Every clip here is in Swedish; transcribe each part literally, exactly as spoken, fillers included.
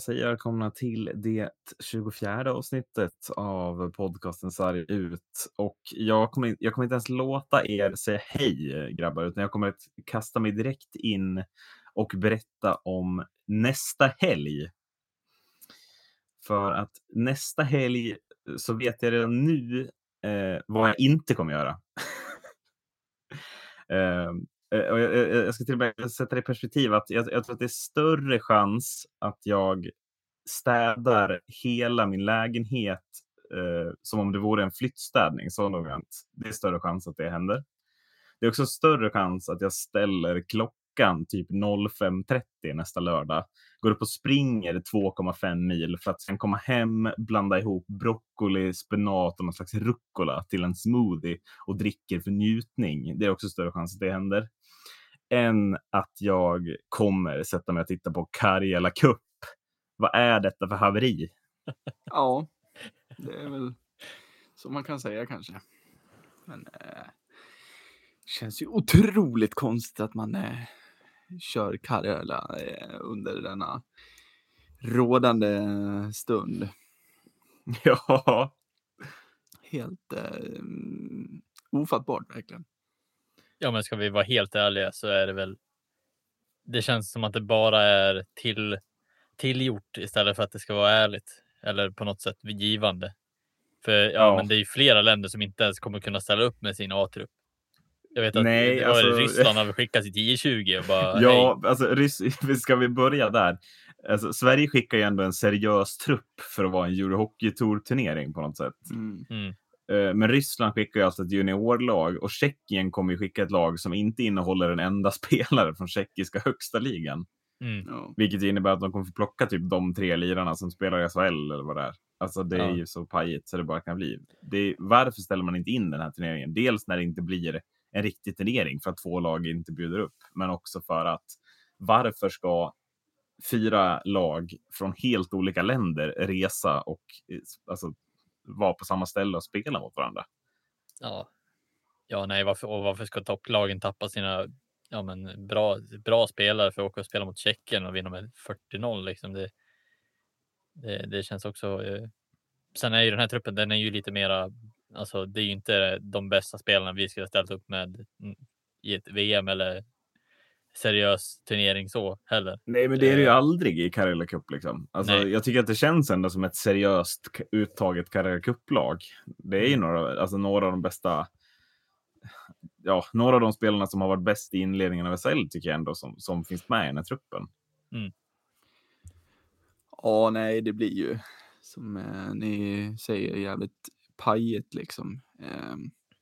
Jag säger välkomna till det tjugofjärde avsnittet av podcasten Sarg ut. Och jag kommer, jag kommer inte ens låta er säga hej, grabbar, utan jag kommer att kasta mig direkt in och berätta om nästa helg. För att nästa helg så vet jag redan nu eh, vad jag inte kommer göra. eh, och jag, jag, jag ska till och med sätta det i perspektiv att jag, jag tror att det är större chans att jag städar hela min lägenhet eh, som om det vore en flyttstädning. Så noggrant. Det är större chans att det händer. Det är också större chans att jag ställer klockan typ fem trettio nästa lördag. Går upp och springer två komma fem mil för att sen komma hem, blanda ihop broccoli, spenat och någon slags rucola till en smoothie och dricker för njutning. Det är också större chans att det händer. Än att jag kommer sätta mig och titta på Karjala Cup. Vad är detta för haveri? Ja, det är väl som man kan säga kanske. Men eh, känns ju otroligt konstigt att man eh, kör Karjala eh, under denna rådande stund. Ja. Helt eh, ofattbart verkligen. Ja, men ska vi vara helt ärliga så är det väl, det känns som att det bara är till tillgjort istället för att det ska vara ärligt eller på något sätt givande. För ja, Ja. men det är ju flera länder som inte ens kommer kunna ställa upp med sin A-trupp. Jag vet att Nej, det var alltså... Ryssland har skickat sitt tio tjugo och bara ja, hej. alltså Rys- ska vi börja där? Alltså, Sverige skickar ju ändå en seriös trupp för att vara en Eurohockey-tour-turnering på något sätt. Mm. Mm. Men Ryssland skickar ju alltså ett juniorlag och Tjeckien kommer ju skicka ett lag som inte innehåller en enda spelare från tjeckiska högsta ligan. Mm. Ja. Vilket innebär att de kommer få plocka typ de tre lirarna som spelar i S H L eller vad det är. Alltså det är Ja. ju så pajigt så det bara kan bli. Det är, varför ställer man inte in den här turneringen? Dels när det inte blir en riktig turnering för att två lag inte bjuder upp. Men också för att varför ska fyra lag från helt olika länder resa och alltså, vara på samma ställe och spela mot varandra? Ja. Ja, nej, varför, och varför ska topplagen tappa sina ja, men bra, bra spelare för att åka och spela mot Tjeckien och vinna med fyrtio noll liksom. Det, det, det känns också... Eh... Sen är ju den här truppen, den är ju lite mera... Alltså, det är ju inte de bästa spelarna vi skulle ha ställt upp med i ett V M eller seriös turnering så heller. Nej, men det är det ju aldrig i Karjala Cup liksom. Alltså, jag tycker att det känns ändå som ett seriöst uttaget Karjala Cup-lag. Det är ju några, alltså, några av de bästa... Ja, några av de spelarna som har varit bäst i inledningen av S H L tycker jag ändå som, som finns med i den här truppen. Mm. Ja, nej, det blir ju som eh, ni säger jävligt pajigt liksom. Eh,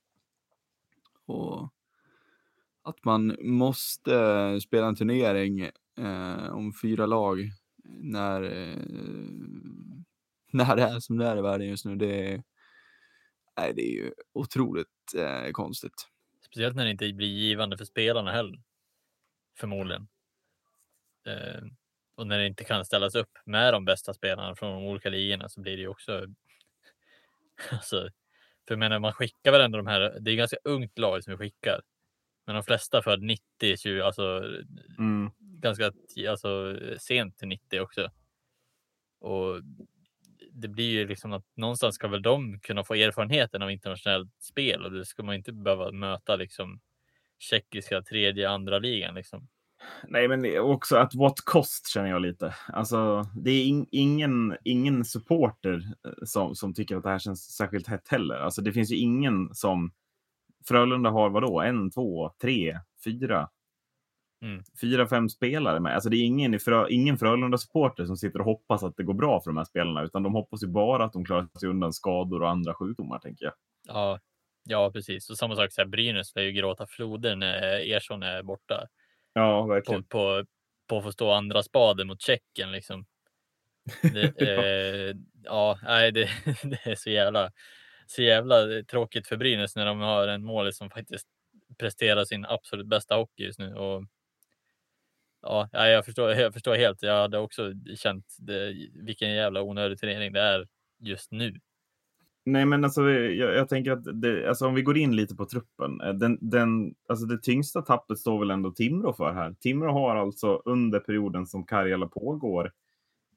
och att man måste spela en turnering eh, om fyra lag när, eh, när det är som det är i världen just nu. Det är, nej, det är ju otroligt eh, konstigt. Speciellt när det inte blir givande för spelarna heller. Förmodligen. Eh, och när det inte kan ställas upp med de bästa spelarna från de olika ligorna så blir det ju också... alltså, för jag menar, man skickar väl ändå de här... Det är ganska ungt lag som vi skickar. Men de flesta född nittio, tjugo, alltså Mm. ganska alltså, sent till nittio också. Och det blir ju liksom att någonstans ska väl de kunna få erfarenheten av internationellt spel och det ska man inte behöva möta liksom tjeckiska tredje, andra ligan liksom. Nej, men också att what cost känner jag lite. Alltså, det är in, ingen, ingen supporter som, som tycker att det här känns särskilt hett heller. Alltså, det finns ju ingen som Frölunda har vadå? En, två, tre, fyra. Mm. Fyra, fem spelare med. Alltså, det är ingen, Frö, ingen Frölunda-supporter som sitter och hoppas att det går bra för de här spelarna. Utan de hoppas ju bara att de klarar sig undan skador och andra sjukdomar, tänker jag. Ja, ja precis. Och samma sak så här, Brynäs lär ju gråta floder när Ersson är borta. Ja, verkligen. På, på, på att få stå andra spaden mot Tjeckien liksom. Det, eh, ja, nej, det, det är så jävla, så jävla tråkigt för Brynäs när de har en mål som faktiskt presterar sin absolut bästa hockey just nu. Och ja, jag förstår, jag förstår helt. Jag hade också känt det, vilken jävla onödig turnering det är just nu. Nej, men alltså jag, jag tänker att det, alltså, om vi går in lite på truppen. Den, den, alltså det tyngsta tappet står väl ändå Timrå för här. Timrå har alltså under perioden som Karjala pågår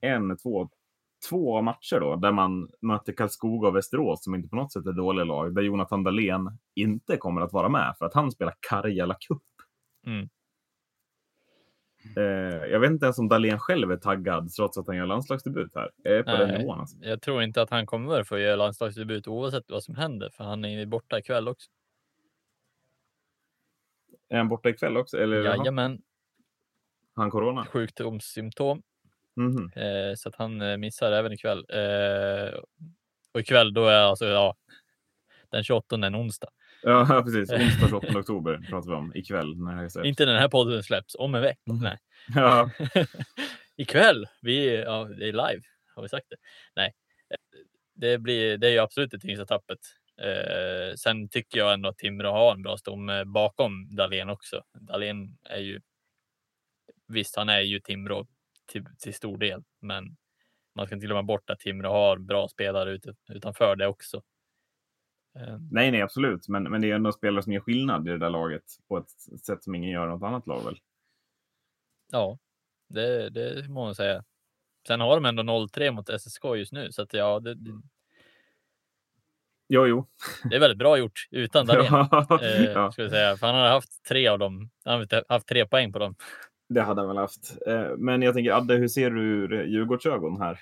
en, två, två matcher då, där man möter Karlskoga och Västerås som inte på något sätt är dåliga lag, där Jonathan Dahlén inte kommer att vara med för att han spelar Karjala Cup. Mm. Eh, jag vet inte ens om Dahlén själv är taggad trots att han gör landslagsdebut här. Jag är på Nej, den nivån alltså. Jag tror inte att han kommer få göra landslagsdebut oavsett vad som händer, för han är borta ikväll också. Är han borta ikväll också? Eller Jajamän. Han corona? Sjukdomssymptom. Mm-hmm. Eh, så att han eh, missar även ikväll. Eh, och ikväll då är alltså ja, den tjugoåttonde en onsdag. Ja, precis. Onsdag tjugoåttonde oktober pratar vi om ikväll. När det inte den här podden släpps om en vecka. Mm. Nej. Ja. Ikväll. Vi, ja, det är live. Har vi sagt det? Nej. Det, blir, det är ju absolut det tyngsta tappet. Eh, sen tycker jag ändå att Timrå har en bra stomme bakom Dahlén också. Dahlén är ju visst, han är ju Timrå till, till stor del, men man ska inte glömma bort att Timrå har bra spelare ut, utanför det också. Eh. Nej, nej, absolut. Men, men det är ändå spelare som gör skillnad i det där laget på ett sätt som ingen gör något annat lag väl? Ja, det, det må man säga. Sen har de ändå noll tre mot S S K just nu, så att ja, det, det... Jo, jo. Det är väldigt bra gjort utan Dahlén. Ja. eh, Ja. ska jag säga. För han har haft tre av dem. Han har haft tre poäng på dem. Det hade han väl haft. Men jag tänker, Adde, hur ser du ur Djurgårdsögon här?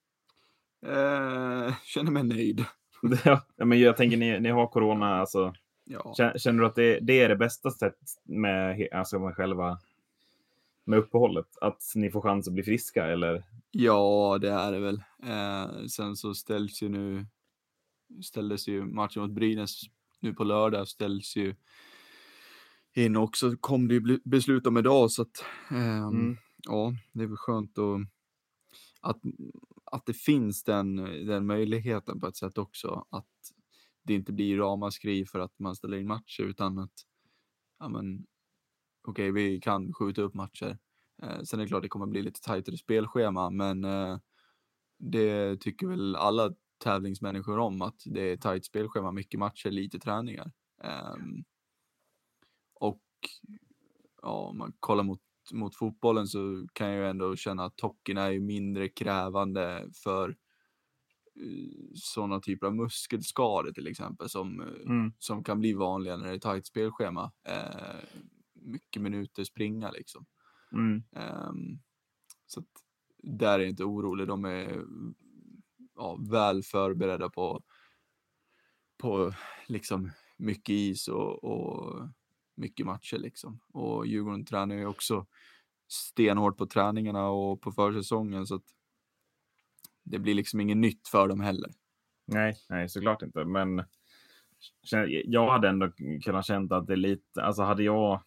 Eh, känner mig nöjd. Ja, men jag tänker, ni, ni har corona. Alltså, Ja. Känner du att det, det är det bästa sättet med, alltså med själva med uppehållet? Att ni får chans att bli friska, eller? Ja, det är det väl. Eh, sen så ställs ju nu ställdes ju matchen mot Brynäs nu på lördag ställs ju in också. Kom det ju beslut om idag, så att eh, Mm. ja, det är väl skönt att, att, att det finns den, den möjligheten på ett sätt också. Att det inte blir ramaskri för att man ställer in matcher, utan att ja, men okej, okay, vi kan skjuta upp matcher. Eh, sen är det klart det kommer bli lite tajtare spelschema, men eh, det tycker väl alla tävlingsmänniskor om, att det är tajt spelschema, mycket matcher, lite träningar. Eh, och ja, om man kollar mot, mot fotbollen så kan jag ju ändå känna att hockeyn är ju mindre krävande för uh, sådana typer av muskelskador till exempel som, Mm. som kan bli vanliga när det är tajt spelschema. Eh, mycket minuter springa liksom. Mm. Um, så att där är jag inte orolig. De är ja, väl förberedda på, på liksom mycket is och, och mycket matcher liksom. Och Djurgården tränar ju också stenhårt på träningarna och på försäsongen, så att det blir liksom inget nytt för dem heller. Nej, nej, såklart inte. Men jag hade ändå kunnat känna att det är lite, alltså hade jag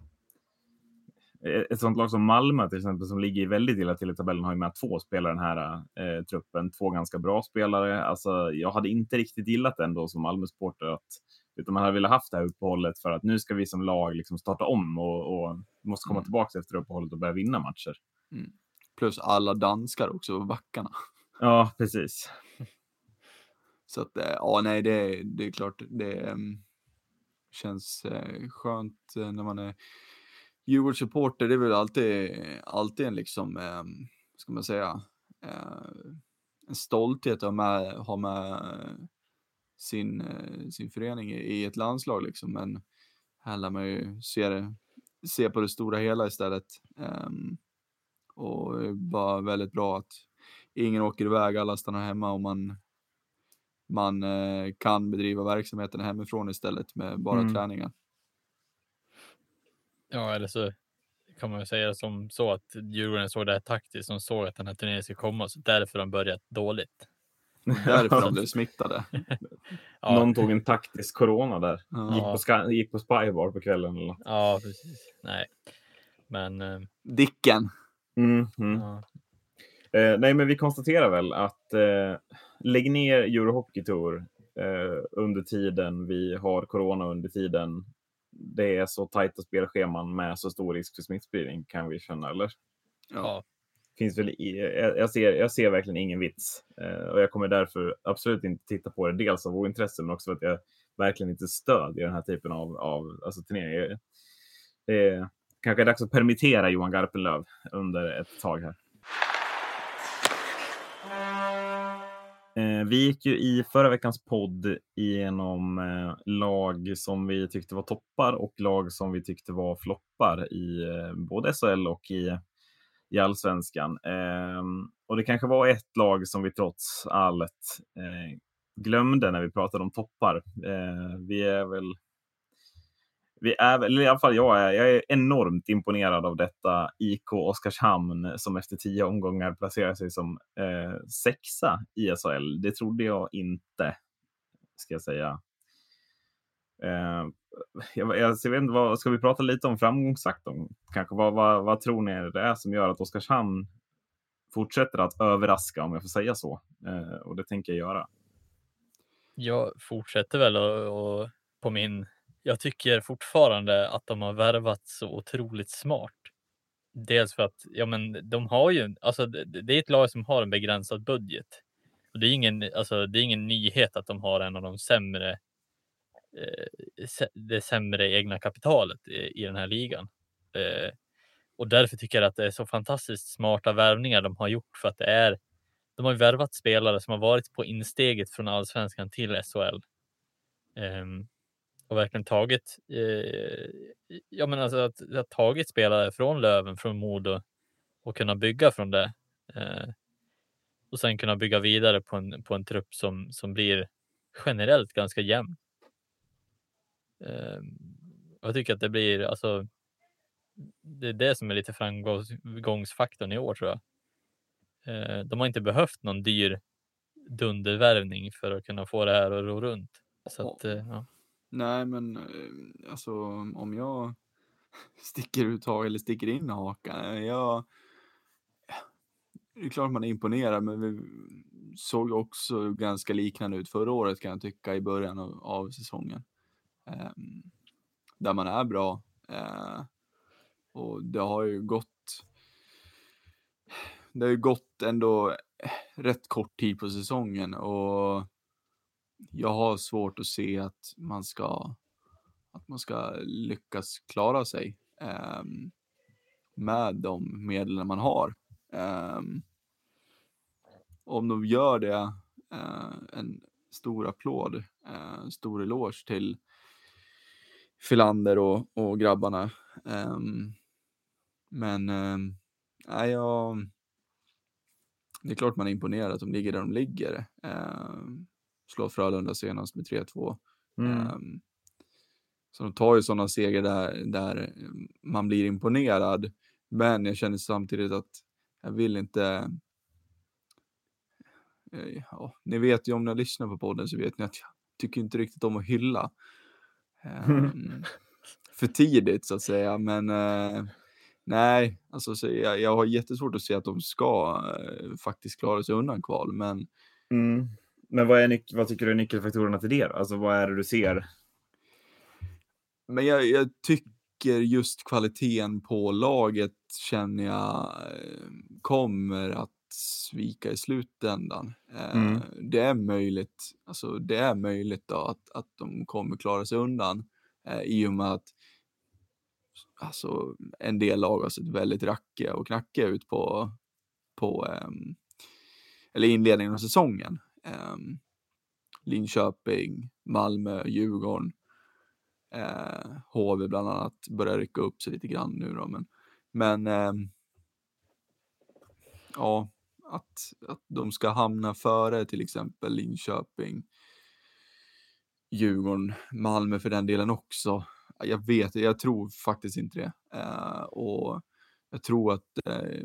ett sånt lag som Malmö till exempel, som ligger väldigt illa till i tabellen, har ju med två spelare den här eh, truppen, två ganska bra spelare. Alltså jag hade inte riktigt gillat ändå som Malmö-supporter, att utan man hade velat haft det här uppehållet för att nu ska vi som lag liksom starta om och, och måste komma Mm. tillbaka efter uppehållet och börja vinna matcher. Mm. Plus alla danskar också på backarna. Ja, precis. Så att ja, nej, det, det är klart, det um, känns uh, skönt uh, när man är Djurgårdssupporter. Det är väl alltid, alltid en liksom, um, ska man säga, uh, en stolthet att ha med, ha med sin, uh, sin förening i, i ett landslag liksom. Men här lär man ju se, det, se på det stora hela istället. Um, och det är bara väldigt bra att ingen åker iväg, alla stannar hemma och man man eh, kan bedriva verksamheten hemifrån istället med bara Mm. träningar. Ja, eller så kan man säga som så att Djurgården såg det här taktiskt, som såg att den här turneringen skulle komma, så därför de börjat dåligt. Därför de blev smittade. Ja. Någon tog en taktisk corona där. Ja. Gick på, ska- gick på Spybar på kvällen eller något. Ja, precis. Nej, men eh, Dicken. Mm, mm. ja. Eh, nej, men vi konstaterar väl att eh, lägg ner Eurohockey Tour eh, under tiden vi har corona, under tiden det är så tajta spelscheman med så stor risk för smittspridning, kan vi känna, eller? Ja. Finns väl i, jag, jag, ser, jag ser verkligen ingen vits eh, och jag kommer därför absolut inte titta på det, dels av ointresse men också för att jag verkligen inte stödjer den här typen av, av alltså, turneringar. Det är kanske är dags att permittera Johan Garpenlöv under ett tag här. Eh, vi gick ju i förra veckans podd igenom eh, lag som vi tyckte var toppar och lag som vi tyckte var floppar i eh, både S H L och i, i allsvenskan. Eh, och det kanske var ett lag som vi trots allt eh, glömde när vi pratade om toppar. Eh, vi är väl Vi är, eller i alla fall jag är, jag är enormt imponerad av detta I K Oskarshamn som efter tio omgångar placerar sig som eh, sexa i S H L. Det trodde jag inte, ska jag säga. Eh, jag, jag, jag vet inte, vad, ska vi prata lite om framgångsfaktorn? Kanske vad, vad, vad tror ni det är som gör att Oskarshamn fortsätter att överraska, om jag får säga så? Eh, och det tänker jag göra. Jag fortsätter väl och, och på min... Jag tycker fortfarande att de har värvat så otroligt smart. Dels för att ja, men de har ju, alltså det, det är ett lag som har en begränsad budget. Och det är ingen, alltså det är ingen nyhet att de har en av de sämre, eh, det sämre egna kapitalet i, i den här ligan. Eh, och därför tycker jag att det är så fantastiskt smarta värvningar de har gjort, för att det är, de har ju värvat spelare som har varit på insteget från allsvenskan till S H L. Um, och verkligen tagit eh, ja men alltså att, att tagit spelare från Löven, från Modo och kunna bygga från det eh, och sen kunna bygga vidare på en, på en trupp som, som blir generellt ganska jämn. Eh, jag tycker att det blir, alltså det är det som är lite framgångsfaktorn i år, tror jag. Eh, de har inte behövt någon dyr dundervärvning för att kunna få det här att ro runt. Så att, eh, ja. Nej, men eh, alltså om jag sticker ut tag eller sticker in hakan, jag... Det är klart man är imponerad, men vi såg också ganska liknande ut förra året, kan jag tycka, i början av, av säsongen. Um, där man är bra. Uh, och det har ju gått... Det har ju gått ändå rätt kort tid på säsongen, och jag har svårt att se att man ska, att man ska lyckas klara sig um, med de medel man har. Um, om de gör det, uh, en stor applåd, uh, en stor eloge till Filander och, och grabbarna. Um, men um, nej, jag, det är klart man är imponerad att de ligger där de ligger. Um, slår Frölunda senast med tre två. Mm. Um, så de tar ju sådana segrar där, där man blir imponerad. Men jag känner samtidigt att jag vill inte... Ja, ni vet ju, om ni lyssnar på podden så vet ni att jag tycker inte riktigt om att hylla um, för tidigt, så att säga. Men uh, nej, alltså, så jag, jag har jättesvårt att se att de ska uh, faktiskt klara sig undan kval. Men, mm. men vad, är nyc- vad tycker du är nyckelfaktorerna till det? Alltså vad är det du ser? Men jag, jag tycker just kvaliteten på laget känner jag uh, kommer att svika i slutändan. Mm. Eh, det är möjligt, alltså det är möjligt då att, att de kommer klara sig undan eh, i och med att alltså, en del lag har sett väldigt rackiga och knackiga ut på, på eh, eller inledningen av säsongen. Eh, Linköping, Malmö, Djurgården, eh, H V bland annat börjar rycka upp sig lite grann nu då, men, men eh, ja, Att, att de ska hamna före till exempel Linköping, Djurgården, Malmö för den delen också. Jag vet, jag tror faktiskt inte det. Uh, och jag tror att uh,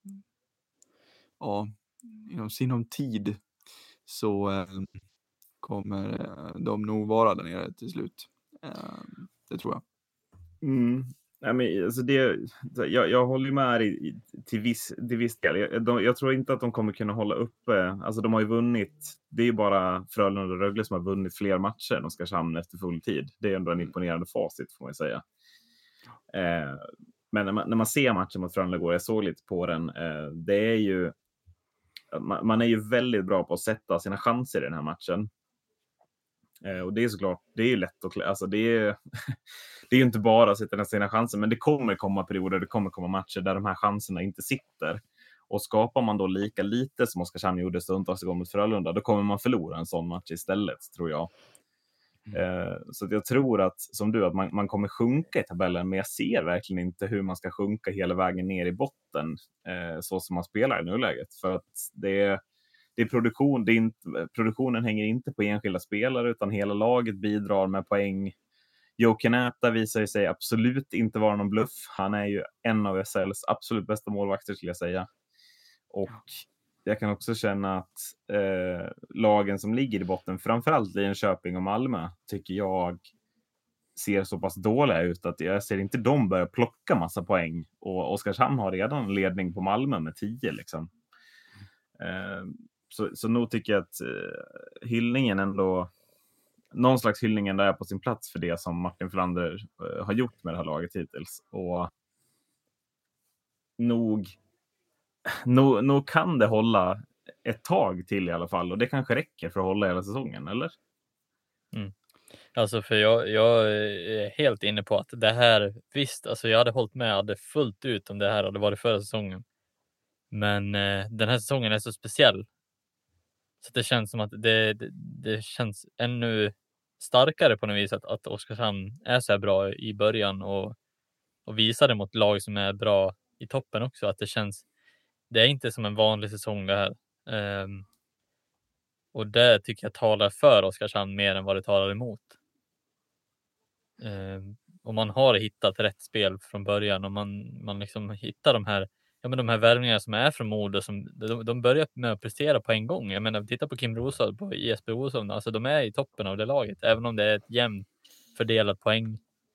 ja, inom sinom tid så uh, kommer uh, de nog vara där nere till slut. Uh, det tror jag. Mm. Nej, men, alltså det, jag, jag håller med i, till viss, till viss del. Jag, de, jag tror inte att de kommer kunna hålla uppe. Alltså de har ju vunnit. Det är ju bara Frölunda och Rögle som har vunnit fler matcher än Oskarshamn efter full tid. Det är ändå en imponerande facit, får man säga. Eh, men när man, när man ser matchen mot Frölunda går, jag såg lite på den. Eh, det är ju man, man är ju väldigt bra på att sätta sina chanser i den här matchen. Eh, och det är såklart, det är ju lätt att, alltså det är det är ju inte bara att sätta sina chanser, men det kommer komma perioder, det kommer komma matcher där de här chanserna inte sitter. Och skapar man då lika lite som Oskarshamn gjorde stundtals igår mot Frölunda, då kommer man förlora en sån match istället, tror jag. Mm. Eh, så att jag tror att, som du, att man, man kommer sjunka i tabellen, men jag ser verkligen inte hur man ska sjunka hela vägen ner i botten eh, så som man spelar i nuläget. För att det är, det är produktion, det är inte, produktionen hänger inte på enskilda spelare, utan hela laget bidrar med poäng. Joe Canetta visar sig absolut inte vara någon bluff. Han är ju en av S H L:s absolut bästa målvakter, skulle jag säga. Och jag kan också känna att eh, lagen som ligger i botten, framförallt Linköping och Malmö, tycker jag ser så pass dåliga ut att jag ser inte dem börja plocka massa poäng. Och Oskarshamn har redan en ledning på Malmö med tio liksom. Eh, så, så nog tycker jag att eh, hyllningen ändå, någon slags hyllning ändå är på sin plats för det som Martin Frlander eh, har gjort med det här laget hittills. Och nog Nog, nog kan det hålla ett tag till i alla fall. Och det kanske räcker för att hålla hela säsongen, eller? Mm. Alltså för jag, jag är helt inne på att det här, visst, alltså jag hade hållit med hade fullt ut om det här hade varit förra säsongen. Men eh, den här säsongen är så speciell. Så det känns som att det, det, det känns ännu starkare på något vis att, att Oskarshamn är så här bra i början och, och visar det mot lag som är bra i toppen också. Att det känns, det är inte som en vanlig säsong det här. Um, och det tycker jag talar för Oskarshamn mer än vad det talar emot. Um, och man har hittat rätt spel från början och man, man liksom hittar de här, ja, men de här värvningarna som är från Modo, som de, de börjar med att prestera på en gång. Jag menar, titta på Kim Rosad, på Jesper Olsson, alltså de är i toppen av det laget, även om det är ett jämnt fördelat poäng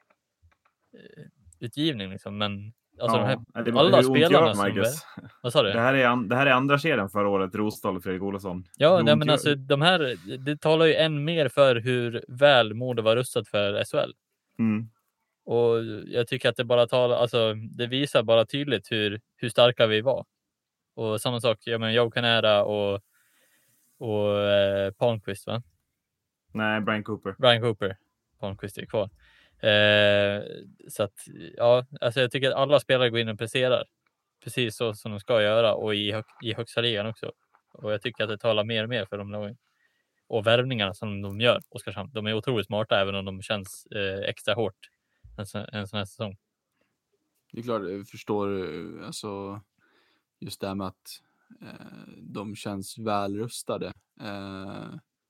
uh, utgivning liksom. Men alltså ja, de här, det var, alla spelarna som... Marcus? Vad sa du? Det här är, an, det här är andra serien förra året, Rosdahl och Fredrik Olsson. Ja, nej, men alltså de här, det talar ju än mer för hur väl Modo var rustat för S H L. Mm. Och jag tycker att det bara talar, alltså det visar bara tydligt hur, hur starka vi var. Och samma sak, jag menar, Joe Canera och, och eh, Palmqvist, va? Nej, Brian Cooper. Brian Cooper. Palmqvist är kvar. Eh, så att, ja, alltså jag tycker att alla spelare går in och presterar. Precis så som de ska göra och i, hög, i högsta ligan också. Och jag tycker att det talar mer och mer för de lagen. Och värvningarna som de gör, Oskarshamn, de är otroligt smarta även om de känns eh, extra hårt en, så, en sån här säsong. Det är klart, jag förstår alltså, just det här med att eh, de känns väl rustade. Eh,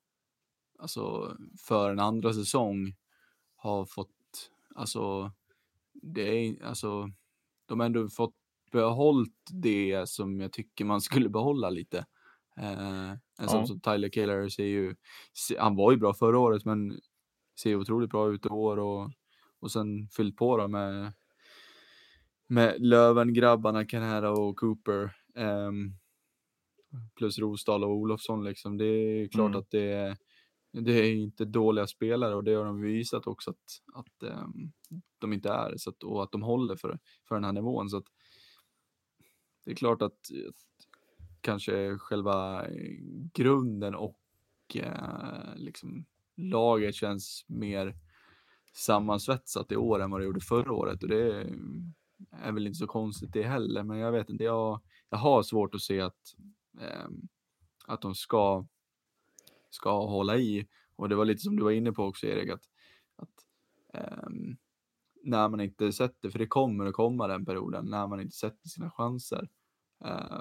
alltså för en andra säsong har fått, alltså det är, alltså de har ändå fått behållit det som jag tycker man skulle behålla lite. Eh, en ja. som, som Tyler Kaler ser ju, han var ju bra förra året men ser otroligt bra ut i år och, och sen fyllt på då med med Löven, grabbarna, Canera och Cooper um, plus Rosdahl och Olofsson liksom. Det är klart mm. att det är, det är inte dåliga spelare och det har de visat också att, att um, de inte är så att, och att de håller för, för den här nivån, så att det är klart att, att kanske själva grunden och uh, liksom laget känns mer sammansvetsat i år än vad det gjorde förra året, och det är är väl inte så konstigt det heller, men jag vet inte, jag, jag har svårt att se att eh, att de ska ska hålla i, och det var lite som du var inne på också, Erik, att, att eh, när man inte sätter, för det kommer att komma den perioden när man inte sätter sina chanser eh,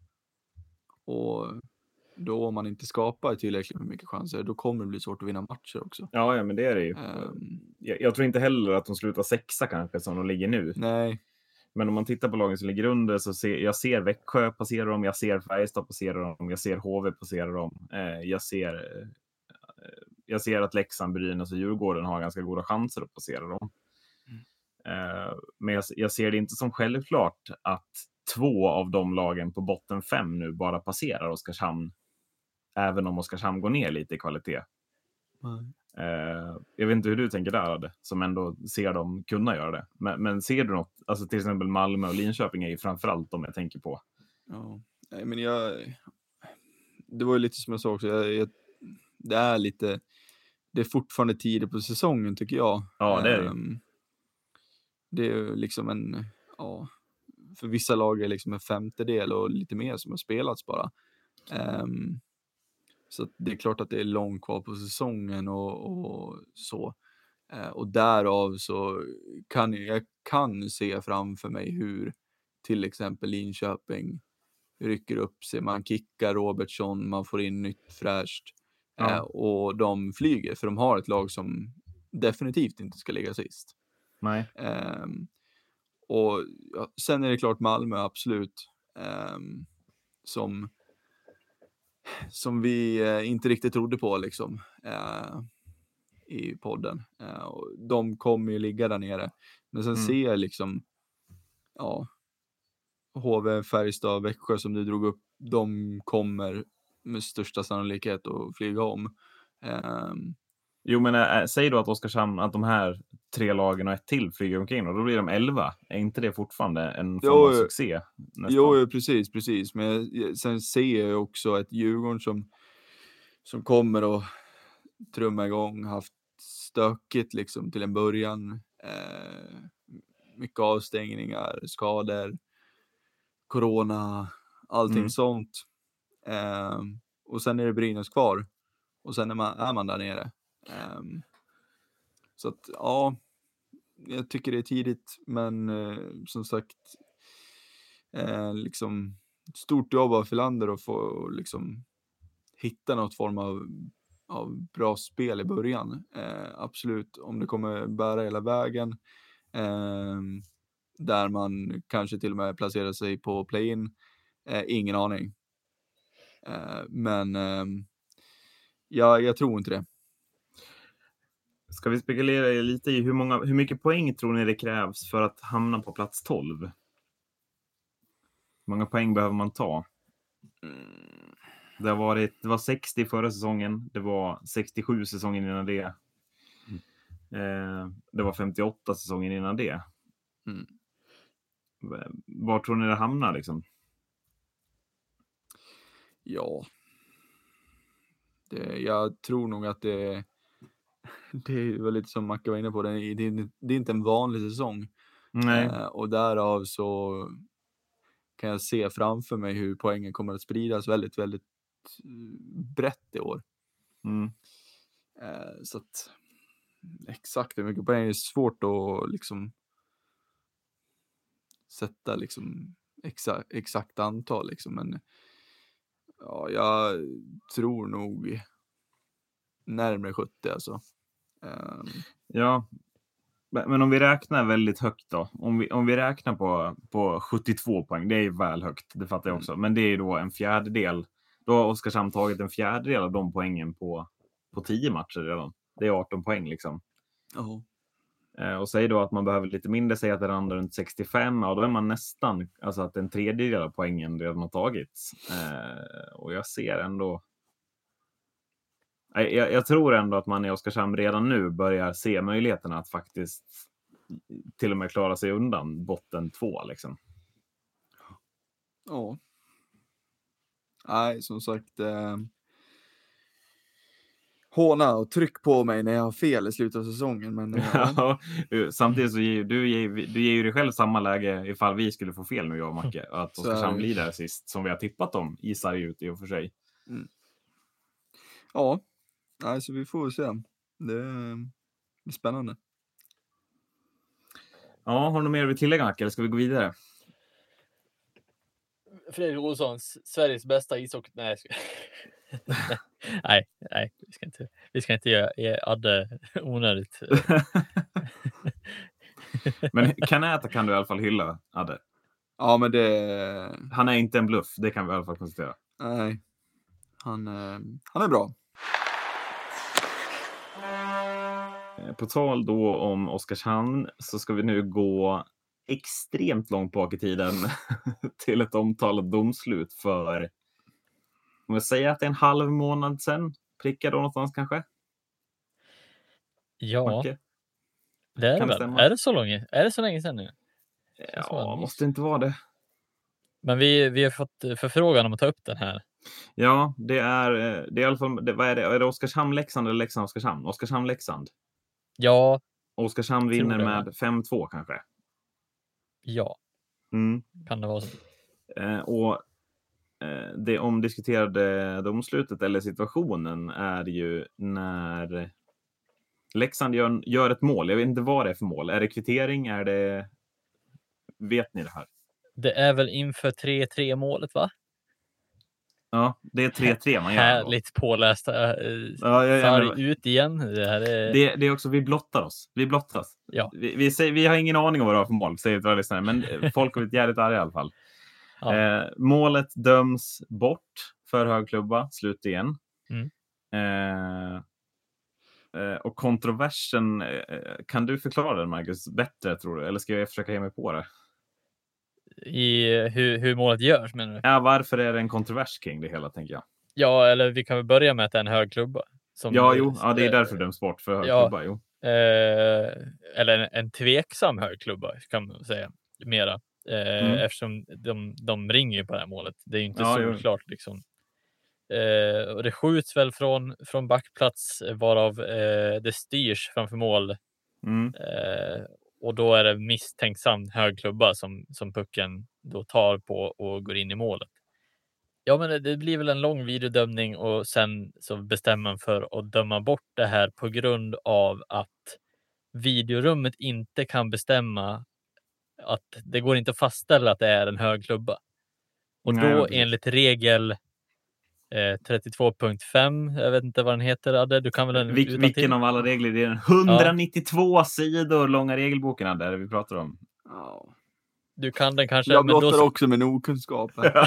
och då om man inte skapar tillräckligt mycket chanser, då kommer det bli svårt att vinna matcher också. Ja, ja men det är det ju. Um, jag, jag tror inte heller att de slutar sexa kanske som de ligger nu. Nej. Men om man tittar på lagen som ligger under så ser jag ser Växjö passera dem, jag ser Färjestad passera dem, jag ser H V passera dem. Eh, jag ser eh, jag ser att Leksand, Brynäs och Djurgården har ganska goda chanser att passera dem. Mm. Eh, men jag, jag ser det inte som självklart att två av de lagen på botten fem nu bara passerar Oskarshamn, även om Oskarshamn går ner lite i kvalitet. Mm. Uh, jag vet inte hur du tänker där, Adde, som ändå ser dem kunna göra det. Men, men ser du något, alltså till exempel Malmö och Linköping är ju framförallt de jag tänker på. Ja, nej, men jag, det var ju lite som jag sa också, jag, jag, det är lite, det är fortfarande tidigt på säsongen tycker jag. Ja, det är det. Um, det är ju liksom en, ja, för vissa lag är liksom en femtedel och lite mer som har spelats bara. Um, så det är klart att det är långt kvar på säsongen och, och så. Uh, och därav så kan jag kan se framför mig hur till exempel Linköping rycker upp sig. Man kickar Robertsson, man får in nytt fräscht. Ja. Uh, och de flyger, för de har ett lag som definitivt inte ska ligga sist. Nej. Um, och ja, sen är det klart Malmö, absolut. Um, som som vi uh, inte riktigt trodde på liksom uh, i podden. Uh, och de kommer ju ligga där nere. Men sen Mm. ser jag liksom ja, H V, Färjestad, Växjö som du drog upp. De kommer med största sannolikhet att flyga om. Um, Jo, men äh, säg då att Oskarshamn, att de här tre lagen och ett till flyger omkring och då blir de elva. Är inte det fortfarande en form Jo, av succé? Nästan? Jo, jo, precis, precis. Men jag, sen ser jag också ett Djurgården som, som kommer att trumma igång, haft stökigt liksom till en början. Eh, mycket avstängningar, skador, corona, allting Mm. sånt. Eh, och sen är det Brynäs kvar. Och sen är man, är man där nere. Eh, så att, ja, jag tycker det är tidigt, men eh, som sagt, eh, liksom stort jobb av Filander att få liksom hitta något form av, av bra spel i början. Eh, absolut, om det kommer bära hela vägen, eh, där man kanske till och med placerar sig på play-in, eh, ingen aning. Eh, men eh, ja, jag tror inte det. Ska vi spekulera lite i hur, många, hur mycket poäng tror ni det krävs för att hamna på plats tolv? Hur många poäng behöver man ta? Mm. Det, har varit, det var sextio förra säsongen. Det var sextiosju säsongen innan det. Mm. Eh, det var femtioåtta säsongen innan det. Mm. Var tror ni det hamnar liksom? Ja. Det, jag tror nog att det det är väl lite som Macke var inne på. Det är, det är, det är inte en vanlig säsong. Nej. Eh, och därav så kan jag se framför mig hur poängen kommer att spridas väldigt, väldigt brett i år. Mm. Eh, så att exakt hur mycket poäng är svårt att liksom sätta liksom exa, exakt antal liksom. Men ja, jag tror nog närmare sjuttio alltså. Um, Ja, men om vi räknar väldigt högt då. Om vi, om vi räknar på, på sjuttiotvå poäng, det är väl högt, det fattar jag också. Men det är då en fjärdedel. Då har Oskarshamn tagit en fjärdedel av de poängen på, på tio matcher redan. Det är arton poäng liksom. oh. Eh, och säg då att man behöver lite mindre, säg att det landar runt sextiofem, och då är man nästan, alltså att en tredjedel av poängen redan har tagits. Eh, och jag ser ändå... Jag, jag tror ändå att man i Oskarshamn redan nu börjar se möjligheterna att faktiskt till och med klara sig undan botten två liksom. Ja. Nej, som sagt, eh, håna och tryck på mig när jag har fel i slutet av säsongen. Men, eh, ja. Samtidigt så ger du, ger, du ger ju dig själv samma läge ifall vi skulle få fel nu, jag och Macke. Att Oskarshamn blir där sist, som vi har tippat om i sarg ut i och för sig. Mm. Ja, alltså vi får se. Det är spännande. Ja, har du något mer att tillägga, Macke, eller ska vi gå vidare? Fredrik Olsson, Sveriges bästa ishockey... Nej, ska... nej, nej, vi ska inte, vi ska inte ge, ge Adde onödigt. Men Kanäta kan du i alla fall hylla, Adde. Ja, men det... Han är inte en bluff, det kan vi i alla fall konstatera. Nej, han, han är bra. På tal då om Oskarshamn så ska vi nu gå extremt långt bak i tiden till ett omtalat domslut för, om jag säger att det är en halv månad sedan, prickar då någonstans kanske? Ja, Macke? det är Kan det det väl. stämma? Är det så länge? Är det så länge sedan nu? Ja, måste inte vara det. Men vi, vi har fått förfrågan om att ta upp den här. Ja, det är, det är i alla fall, det, vad är det? Är det Oskarshamn-Leksand eller Leksand-Oskarshamn? Oskarshamn-Leksand. Ja. Oskarshamn vinner med fem två kanske. Ja. Mm. Kan det vara så? Eh, och eh, det omdiskuterade domslutet eller situationen är ju när Leksand gör, gör ett mål. Jag vet inte vad det är för mål. Är det kvittering? Är det... Vet ni det här? Det är väl inför tre tre målet, va? Ja, det är tre tre man gör. Härligt pålästa. Eh, Ja, ja, ja, Sarg men- ut igen. Det här är... Det, det är också, vi blottar oss. Vi blottas. Ja. Vi, vi, säger, vi har ingen aning om vad det var för mål, säger våra lyssnare, men eh, folk har blivit jävligt arga i alla fall. Ja. Eh, målet döms bort för hög klubba, slut igen. Mm. Eh, eh, och kontroversen, eh, kan du förklara den, Marcus, bättre tror du? Eller ska jag försöka ge mig på det? I hur, hur målet görs, menar du? Ja, varför är det en kontrovers kring det hela, tänker jag? Ja, eller vi kan väl börja med att det är en hög klubba. Som, Ja, jo, ja, det är därför det döms bort för hög ja. klubba, jo. Eh, eller en, en tveksam hög klubba, kan man säga. Mera. Eh, Mm. Eftersom de, de ringer ju på det här målet. Det är ju inte Ja, jo. solklart liksom. Eh, och det skjuts väl från, från backplats, varav eh, det styrs framför mål. Mm. Eh, och då är det misstänksam hög klubba som, som pucken då tar på och går in i målet. Ja, men det, det blir väl en lång videodömning och sen så bestämmer man för att döma bort det här på grund av att videorummet inte kan bestämma att det går inte att fastställa att det är en hög klubba. Och Nej, då ja, precis. enligt regel eh, trettiotvå punkt fem, jag vet inte vad den heter, Adde, du kan väl den Vil- utantill? vilken av alla regler? Det är den hundranittiotvå sidor långa regelboken där vi pratar om. Ja. Du kan den kanske. Jag men då blottar så- också min okunskap.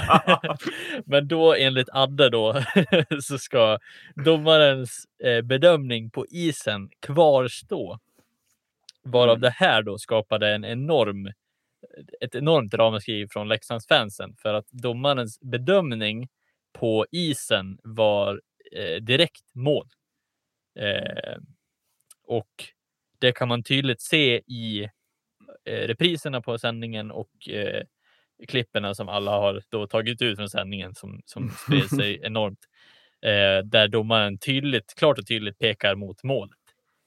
Men då enligt Adde då så ska domarens eh, bedömning på isen kvarstå. Varav Mm. det här då skapade en enorm ett enormt ramaskri från Leksandsfansen för att domarens bedömning på isen var eh, direkt mål. Eh, och det kan man tydligt se i eh, repriserna på sändningen och eh, klipperna som alla har då tagit ut från sändningen som, som spred sig enormt. Eh, där domaren tydligt, klart och tydligt pekar mot målet.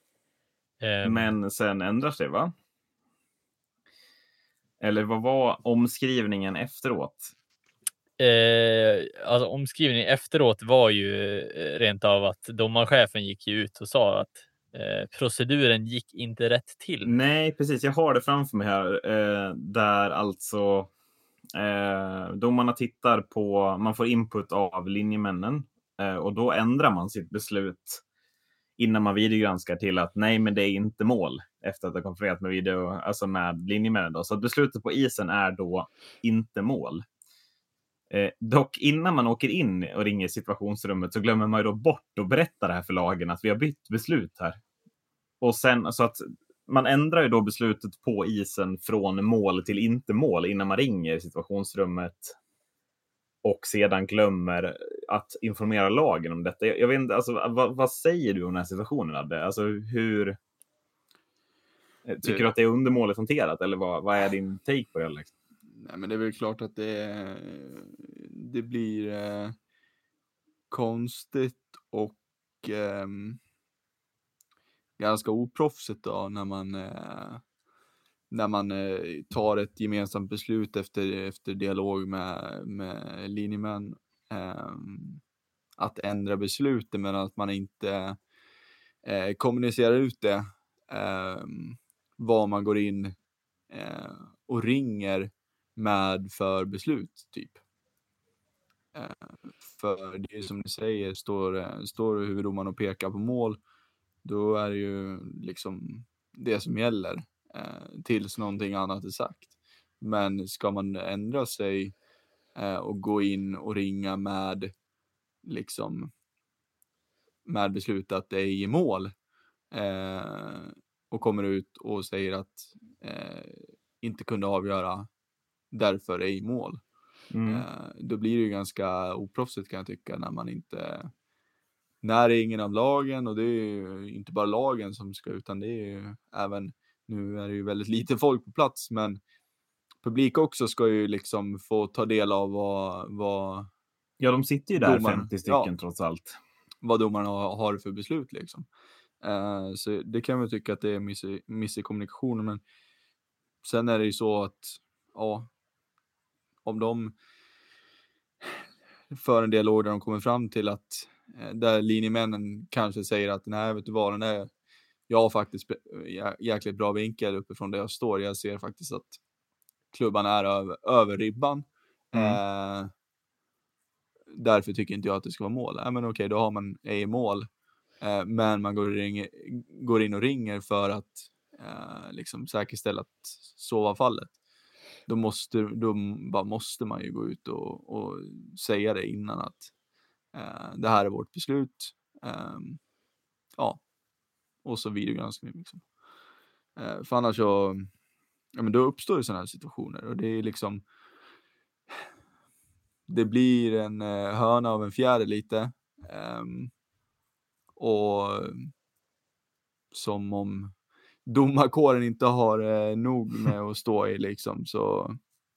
Eh, Men sen ändrar sig, va? Eller vad var omskrivningen efteråt? Eh, alltså omskrivningen efteråt var ju eh, rent av att domarchefen gick ju ut och sa att eh, proceduren gick inte rätt till. Nej, precis. Jag har det framför mig här. Eh, där alltså eh, domarna tittar på, man får input av linjemännen. Eh, och då ändrar man sitt beslut innan man videogranskar till att nej, men det är inte mål. Efter att ha konfererat med video, alltså med linjemännen då. Så att beslutet på isen är då inte mål. Eh, dock innan man åker in och ringer situationsrummet så glömmer man ju då bort att berätta det här för lagen att vi har bytt beslut här. Och sen så att man ändrar ju då beslutet på isen från mål till inte mål innan man ringer situationsrummet och sedan glömmer att informera lagen om detta. Jag, jag vet inte, alltså, vad, vad säger du om den här situationen, Adde? Alltså hur... Tycker Det- du att det är undermåligt hanterat eller vad, vad är din take på det, Alex? Nej, men det är väl klart att det, det blir eh, konstigt och ehm, ganska oproffsigt då när man eh, när man eh, tar ett gemensamt beslut efter, efter dialog med, med linjemän ehm, att ändra beslutet, men att man inte eh, kommunicerar ut det ehm, vad man går in eh, och ringer med för beslut typ. Eh, för det är som du säger, står, eh, står huvuddomaren och pekar på mål, då är det ju liksom det som gäller eh, tills någonting annat är sagt. Men ska man ändra sig eh, och gå in och ringa med liksom med beslut att det är i mål eh, och kommer ut och säger att eh, inte kunde avgöra därför är i mål. Mm. Eh, då blir det ju ganska oproffsigt kan jag tycka när man inte när det är ingen av lagen, och det är ju inte bara lagen som ska, utan det är ju även, nu är det ju väldigt lite folk på plats, men publik också ska ju liksom få ta del av vad, vad, Ja, de sitter ju där Domaren, femtio stycken ja. trots allt. vad domarna har, har för beslut liksom. Eh, så det kan man tycka att det är miss, miss i kommunikationen, men sen är det ju så att ja, om de för en dialog där de kommer fram till att eh, där linjemännen kanske säger att nej, vet du vad, den är, jag har faktiskt jä- jäkligt bra vinkel uppifrån där jag står. Jag ser faktiskt att klubban är över, över ribban. Mm. Eh, därför tycker inte jag att det ska vara mål. Ja, men okej, då har man i mål. Eh, men man går, och ringer, går in och ringer för att eh, liksom säkerställa att så var fallet. Då måste, då bara måste man ju gå ut och, och säga det innan att eh, det här är vårt beslut. Eh, ja, och så videogranskning liksom. Eh, för annars så, ja, men då uppstår det sådana här situationer och det är liksom, det blir en eh, hörna av en fjäder lite. Eh, och som om domarkåren inte har eh, nog med att stå i liksom, så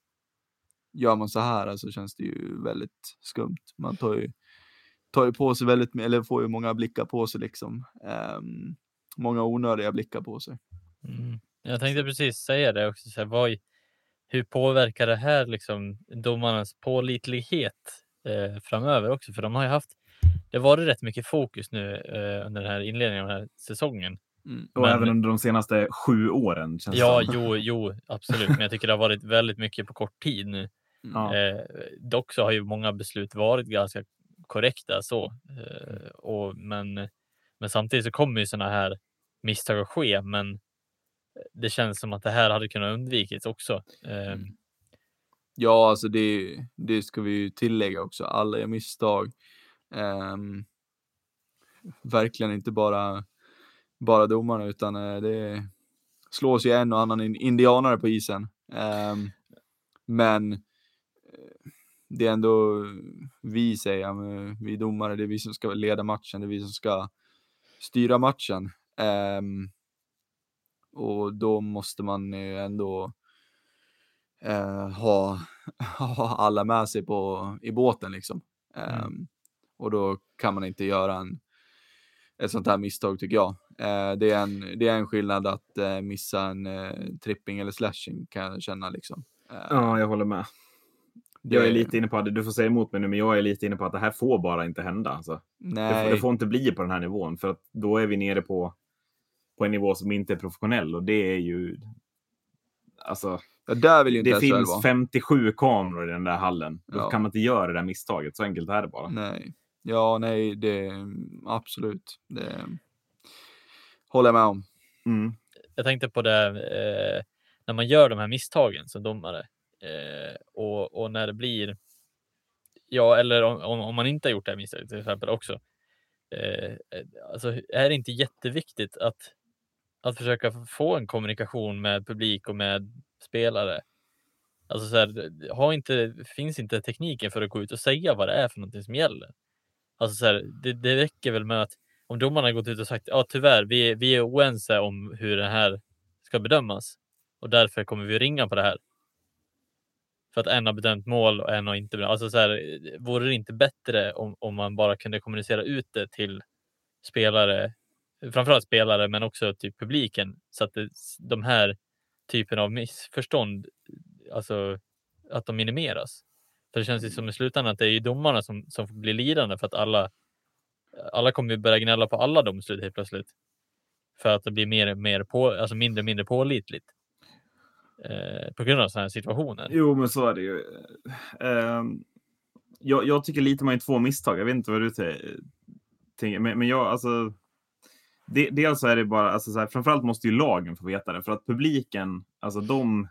gör man så här, alltså känns det ju väldigt skumt. Man tar ju, tar ju på sig väldigt, eller får ju många blickar på sig liksom. Um, många onödiga blickar på sig. Mm. Jag tänkte precis säga det också. Så här, vad, hur påverkar det här liksom domarnas pålitlighet eh, framöver också? För de har ju haft, det har varit rätt mycket fokus nu eh, under den här inledningen av den här säsongen. Mm. Och Men- även under de senaste sju åren. Känns Ja, det som. jo, jo, absolut. Men jag tycker det har varit väldigt mycket på kort tid nu. Ja. Eh, dock så har ju många beslut varit ganska korrekta så. Eh, och, men, men samtidigt så kommer ju sådana här misstag att ske. Men det känns som att det här hade kunnat undvikits också. Eh, Mm. Ja, alltså det, det ska vi ju tillägga också. Alla gör misstag. Um, verkligen inte bara, bara domarna, utan uh, det slås ju en och annan indianare på isen. Um, men uh, det är ändå vi säger, uh, vi domare, det är vi som ska leda matchen, det är vi som ska styra matchen. Um, och då måste man uh, ändå Uh, ha, ha alla med sig på, i båten liksom. Um, Mm. Och då kan man inte göra en, ett sånt här misstag tycker jag. Uh, det, är en, det är en skillnad att uh, missa en uh, tripping eller slashing, kan jag känna liksom. Uh, Ja, jag håller med. det, Jag är lite inne på att, du får säga emot mig nu, men jag är lite inne på att det här får bara inte hända. Alltså. Det, Nej, får, det får inte bli på den här nivån, för att då är vi nere på, på en nivå som inte är professionell, och det är ju, alltså, ja, där vill ju inte det S H L finns vara. femtiosju kameror i den där hallen. Då Ja. kan man inte göra det där misstaget. Så enkelt är det bara. Nej, ja, nej, det absolut. Det håller jag med om. Mm. jag tänkte på det eh, när man gör de här misstagen som domare eh, och, och när det blir, ja, eller om, om, om man inte har gjort det här misstaget till exempel också. Eh, alltså är det inte jätteviktigt att, att försöka få en kommunikation med publik och med spelare? Alltså så här, har inte, finns inte tekniken för att gå ut och säga vad det är för någonting som gäller? Alltså så här, det, det räcker väl med att om domarna har gått ut och sagt, ja tyvärr, vi, vi är oense om hur det här ska bedömas och därför kommer vi ringa på det här. För att en har bedömt mål och en har inte bedömt. Alltså så här, vore det inte bättre om, om man bara kunde kommunicera ut det till spelare, framförallt spelare, men också till publiken, så att det, de här typen av missförstånd, alltså att de minimeras. För det känns ju som i slutändan att det är ju domarna som, som blir lidande, för att alla alla kommer ju börja gnälla på alla domslut helt plötsligt. För att det blir mer mer på, alltså mindre och mindre pålitligt. Eh, på grund av sådana här situationer. Jo, men så är det ju. Uh, jag, jag tycker lite man är två misstag. Jag vet inte vad du tänker. Men, men jag, alltså... Det, dels är det bara, alltså så här, framförallt måste ju lagen få veta det. För att publiken, alltså de...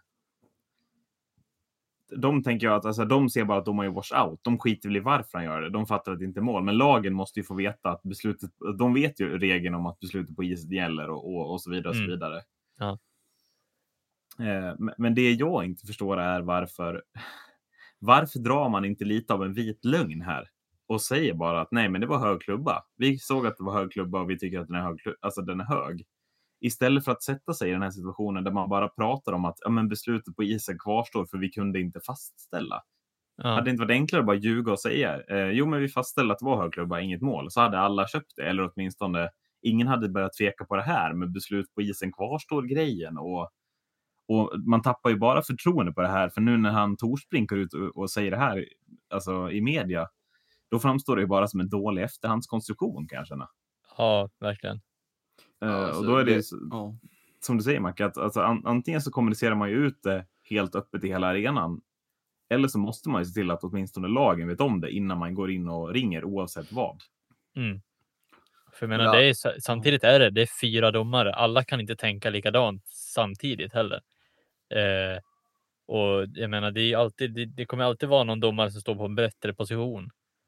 De tänker jag att alltså, de ser bara att de har ju wash out. De skiter väl i varför han gör det. De fattar att det inte är mål. Men lagen måste ju få veta att beslutet... De vet ju regeln om att beslutet på isen gäller och, och, och så vidare och Mm. så vidare. Ja. Eh, men, men det jag inte förstår är varför... Varför drar man inte lite av en vit lögn här? Och säger bara att nej, men det var hög klubba. Vi såg att det var hög klubba och vi tycker att den är hög. Alltså den är hög. Istället för att sätta sig i den här situationen där man bara pratar om att ja, men beslutet på isen kvarstår för vi kunde inte fastställa. Ja. Hade det inte varit enklare att bara ljuga och säga eh, jo men vi fastställde att det var hög klubba, inget mål. Så hade alla köpt det. Eller åtminstone ingen hade börjat tveka på det här. Men beslut på isen kvarstår grejen. Och, och man tappar ju bara förtroende på det här, för nu när han Torsbrink går ut och, och säger det här alltså, i media, då framstår det ju bara som en dålig efterhandskonstruktion kanske. Ja, verkligen. Uh, Ja, alltså, och då är det, det ju, så- ja. som du säger Mac, att alltså, an, antingen så kommunicerar man ju ut det helt öppet i hela arenan, eller så måste man ju se till att åtminstone lagen vet om det innan man går in och ringer oavsett vad. Mm. För jag menar, Ja. det är, sa- samtidigt är det, det är fyra domare. Alla kan inte tänka likadant samtidigt heller. Eh, och jag menar, det, är alltid, det, det kommer alltid vara någon domare som står på en bättre position.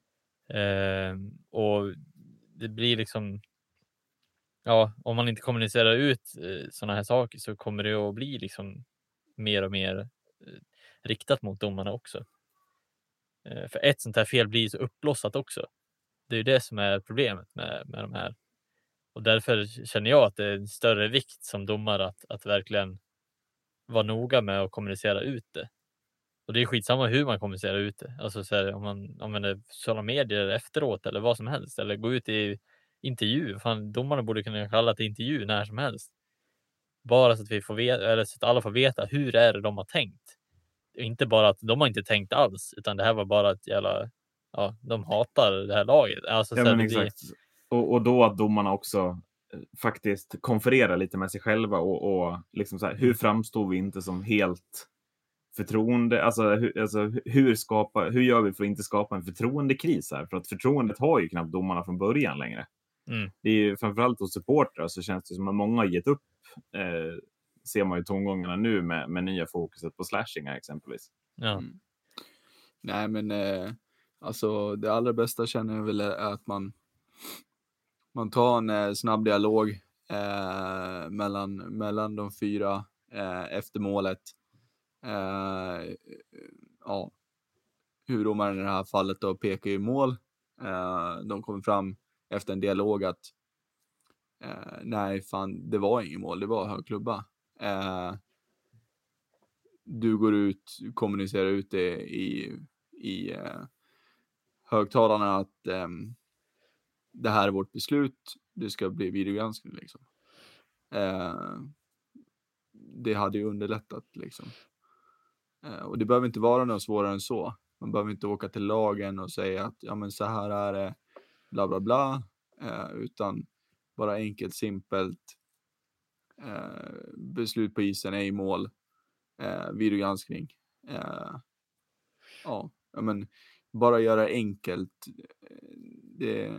Eh, och det blir liksom, ja, om man inte kommunicerar ut eh, sådana här saker så kommer det att bli liksom mer och mer eh, riktat mot domarna också. Eh, för ett sånt här fel blir så uppblossat också. Det är ju det som är problemet med, med de här. Och därför känner jag att det är en större vikt som domare att, att verkligen vara noga med att kommunicera ut det. Och det är skitsamma hur man kommunicerar ut det. Alltså så här, om man använder sociala medier efteråt eller vad som helst. Eller gå ut i intervju. Fan, domarna borde kunna kalla till intervju när som helst. Bara så att vi får veta, eller så att alla får veta hur är det de har tänkt. Inte bara att de har inte tänkt alls, utan det här var bara ett jävla, ja, de hatar det här laget. Alltså, Ja, så här, men det blir, exakt. Och, och då att domarna också eh, faktiskt konfererar lite med sig själva och, och liksom så här, hur framstår vi inte som helt förtroende, alltså, hur, alltså hur, skapa, hur gör vi för att inte skapa en förtroendekris här? För att förtroendet har ju knappt domarna från början längre. Mm. Det är ju framförallt hos supportrar så känns det som att många har gett upp. Eh, ser man ju tongångarna nu med, med nya fokuset på slashingar exempelvis. ja. Mm. Nej, men eh, alltså det allra bästa känner jag väl är att man man tar en eh, snabb dialog eh, mellan, mellan de fyra eh, efter målet. Eh, ja, huvuddomaren i det här fallet då pekar i mål. Eh, de kommer fram efter en dialog att eh, nej, fan, det var ingen mål, det var hög klubba. Eh, du går ut, kommunicerar ut det i, i eh, högtalarna att eh, det här är vårt beslut, det ska bli videogranskning liksom. Eh, det hade ju underlättat liksom. Eh, och det behöver inte vara något svårare än så. Man behöver inte åka till lagen och säga att ja men så här är det, bla bla bla. Eh, utan bara enkelt, simpelt. Eh, beslut på isen, ej mål. Eh, videogranskning. Eh, ja, men bara göra enkelt. Det,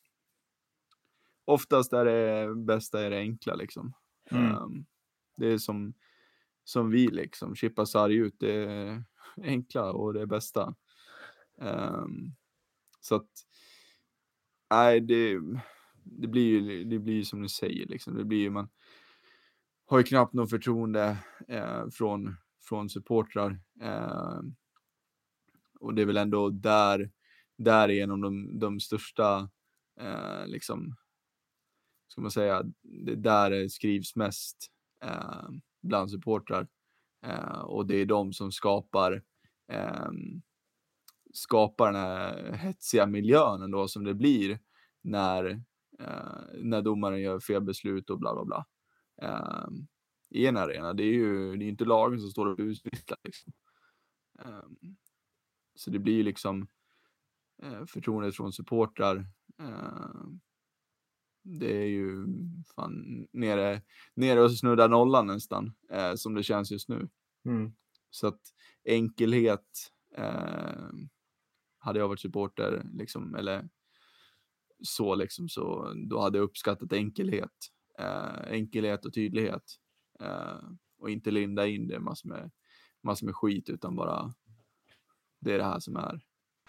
oftast är det bästa är det enkla liksom. Mm. Um, det är som, som vi liksom, chippa sarg ut, det är enkla och det är bästa. Um, så att, nej, det, det blir ju det blir som ni säger liksom, det blir ju, man har ju knappt någon förtroende eh, från, från supportrar. Eh, och det är väl ändå där, därigenom de, de största, eh, liksom, ska man säga, det där det skrivs mest eh, bland supportrar. Eh, och det är de som skapar eh, skapar den här hetsiga miljön ändå som det blir när, eh, när domaren gör fel beslut och bla bla bla. Eh, I en arena, det är ju det är inte lagen som står och busvisslar liksom. Eh, så det blir ju liksom eh, förtroendet från supportrar. Eh, det är ju fan nere, nere och snuddar nollan nästan, eh, som det känns just nu. Mm. Så att enkelhet, eh, hade jag varit supporter liksom, eller så liksom, så då hade jag uppskattat enkelhet. Eh, enkelhet och tydlighet. Eh, och inte linda in det massor med, massor med skit, utan bara det är det här som är.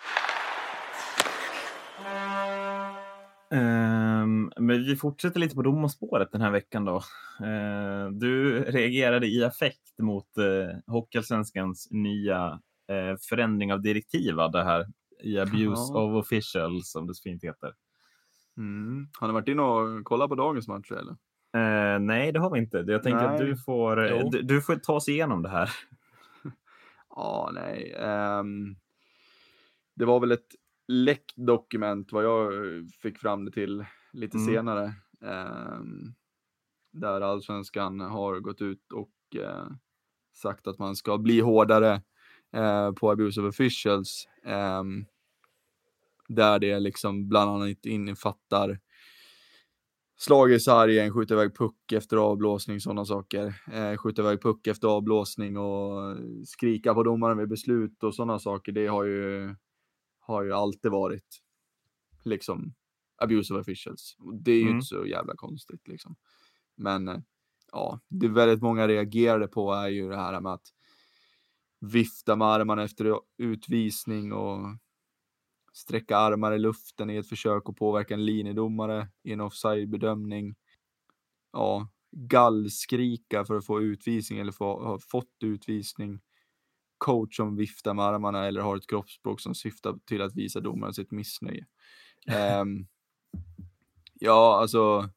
Um, men vi fortsätter lite på domarspåret den här veckan då. Uh, du reagerade i affekt mot uh, Hockeyallsvenskans nya uh, förändring av direktiv, det här i abuse Ja. of official som det så fint heter. Mm. Har ni varit in och kollat på dagens match eller? Uh, nej, det har vi inte. Jag tänker Nej. att du får, Jo. du, du får ta oss igenom det här. Ja, nej. Um, det var väl ett läckt dokument vad jag fick fram det till lite Mm. senare. Um, där Allsvenskan har gått ut och uh, sagt att man ska bli hårdare eh, på abuse of officials. Eh, där det liksom bland annat innefattar slag i sargen, skjuta iväg puck efter avblåsning, sådana saker. Eh, skjuta iväg puck efter avblåsning och skrika på domaren vid beslut och sådana saker. Det har ju, har ju alltid varit liksom abuse of officials. Det är ju Mm. inte så jävla konstigt liksom. Men eh, ja, det väldigt många reagerade på är ju det här med att vifta med armarna efter utvisning och sträcka armar i luften i ett försök att påverka en linjedomare i en offside-bedömning. Ja, gallskrika för att få utvisning eller få, ha fått utvisning. Coach som viftar med armarna eller har ett kroppsspråk som syftar till att visa domaren sitt missnöje. um, ja, alltså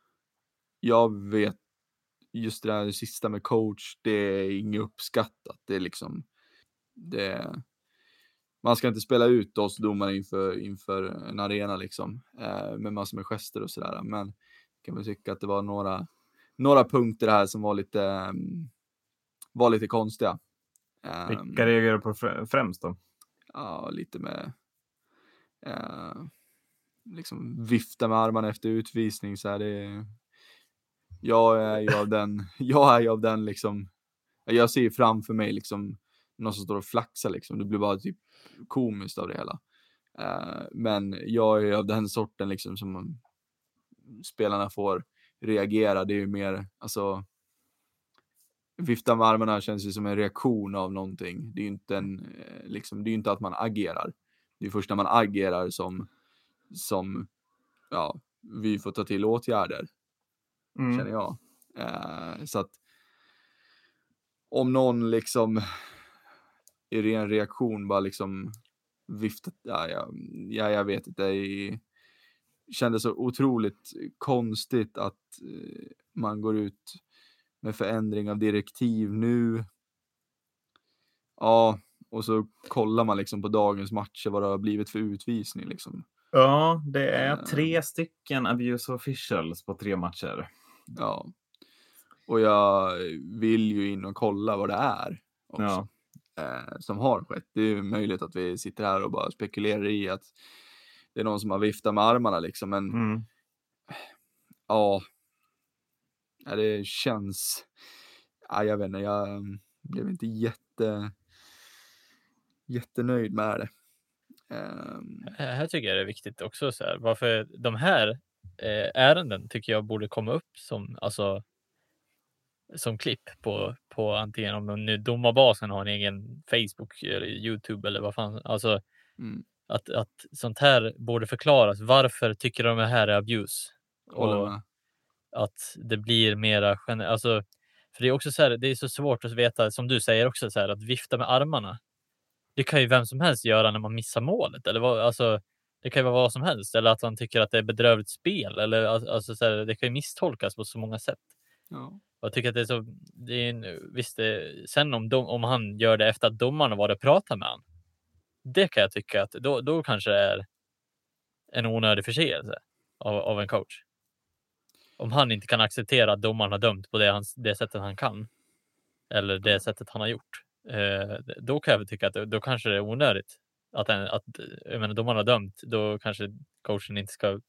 jag vet just det där sista med coach, det är inget uppskattat. Det är liksom det, man ska inte spela ut oss domare inför, inför en arena liksom, eh, med massor med gester och sådär. Men kan man tycka att det var några, några punkter här som var lite, um, var lite konstiga. Um, Vilka reagerar på fr- främst då? Ja, lite med uh, liksom vifta med armarna efter utvisning. Så här, det, jag är ju av den, jag är ju av den liksom, jag ser framför mig liksom någon som står och flaxar liksom. Det blir bara typ komiskt av det hela. Uh, men jag är av den sorten liksom som spelarna får reagera. Det är ju mer, alltså vifta med armarna känns ju som en reaktion av någonting. Det är ju inte en, liksom, det är ju inte att man agerar. Det är först när man agerar som, som ja, vi får ta till åtgärder. Mm. Känner jag. Uh, så att om någon liksom i ren reaktion bara liksom viftat, ja, ja, ja jag vet inte, det kändes så otroligt konstigt att uh, man går ut med förändring av direktiv nu. Ja, och så kollar man liksom på dagens matcher vad det har blivit för utvisning liksom. Ja, det är uh, tre stycken abuse officials på tre matcher. Ja. Och jag vill ju in och kolla vad det är också. Ja. Eh, som har skett. Det är ju möjligt att vi sitter här och bara spekulerar i att det är någon som har viftat med armarna liksom. Men mm. ja, det känns, ja, jag vet inte, jag blev inte jätte jättenöjd med det. Um... Här tycker jag det är viktigt också så här, varför de här eh, ärenden tycker jag borde komma upp som, alltså som klipp på, på antingen om nu domarbasen har en egen Facebook eller YouTube eller vad fan, alltså mm. att, att sånt här borde förklaras. Varför tycker de här är abuse? Och att det blir mera gener- alltså, för det är också så här, det är så svårt att veta, som du säger också så här, att vifta med armarna. Det kan ju vem som helst göra när man missar målet eller vad, alltså det kan ju vara vad som helst, eller att man tycker att det är bedrövligt spel, eller alltså så här, det kan ju misstolkas på så många sätt. Ja. Jag tycker att det är så, det är en, visst det, sen om, dom, om han gör det efter att domarna var det och pratar med han, det kan jag tycka att då, då kanske det är en onödig förseelse av, av en coach. Om han inte kan acceptera att domaren har dömt på det, han, det sättet han kan, eller det sättet han har gjort, eh, då kan jag väl tycka att då kanske det är onödigt att, en, att jag menar, domaren har dömt, då kanske coachen inte ska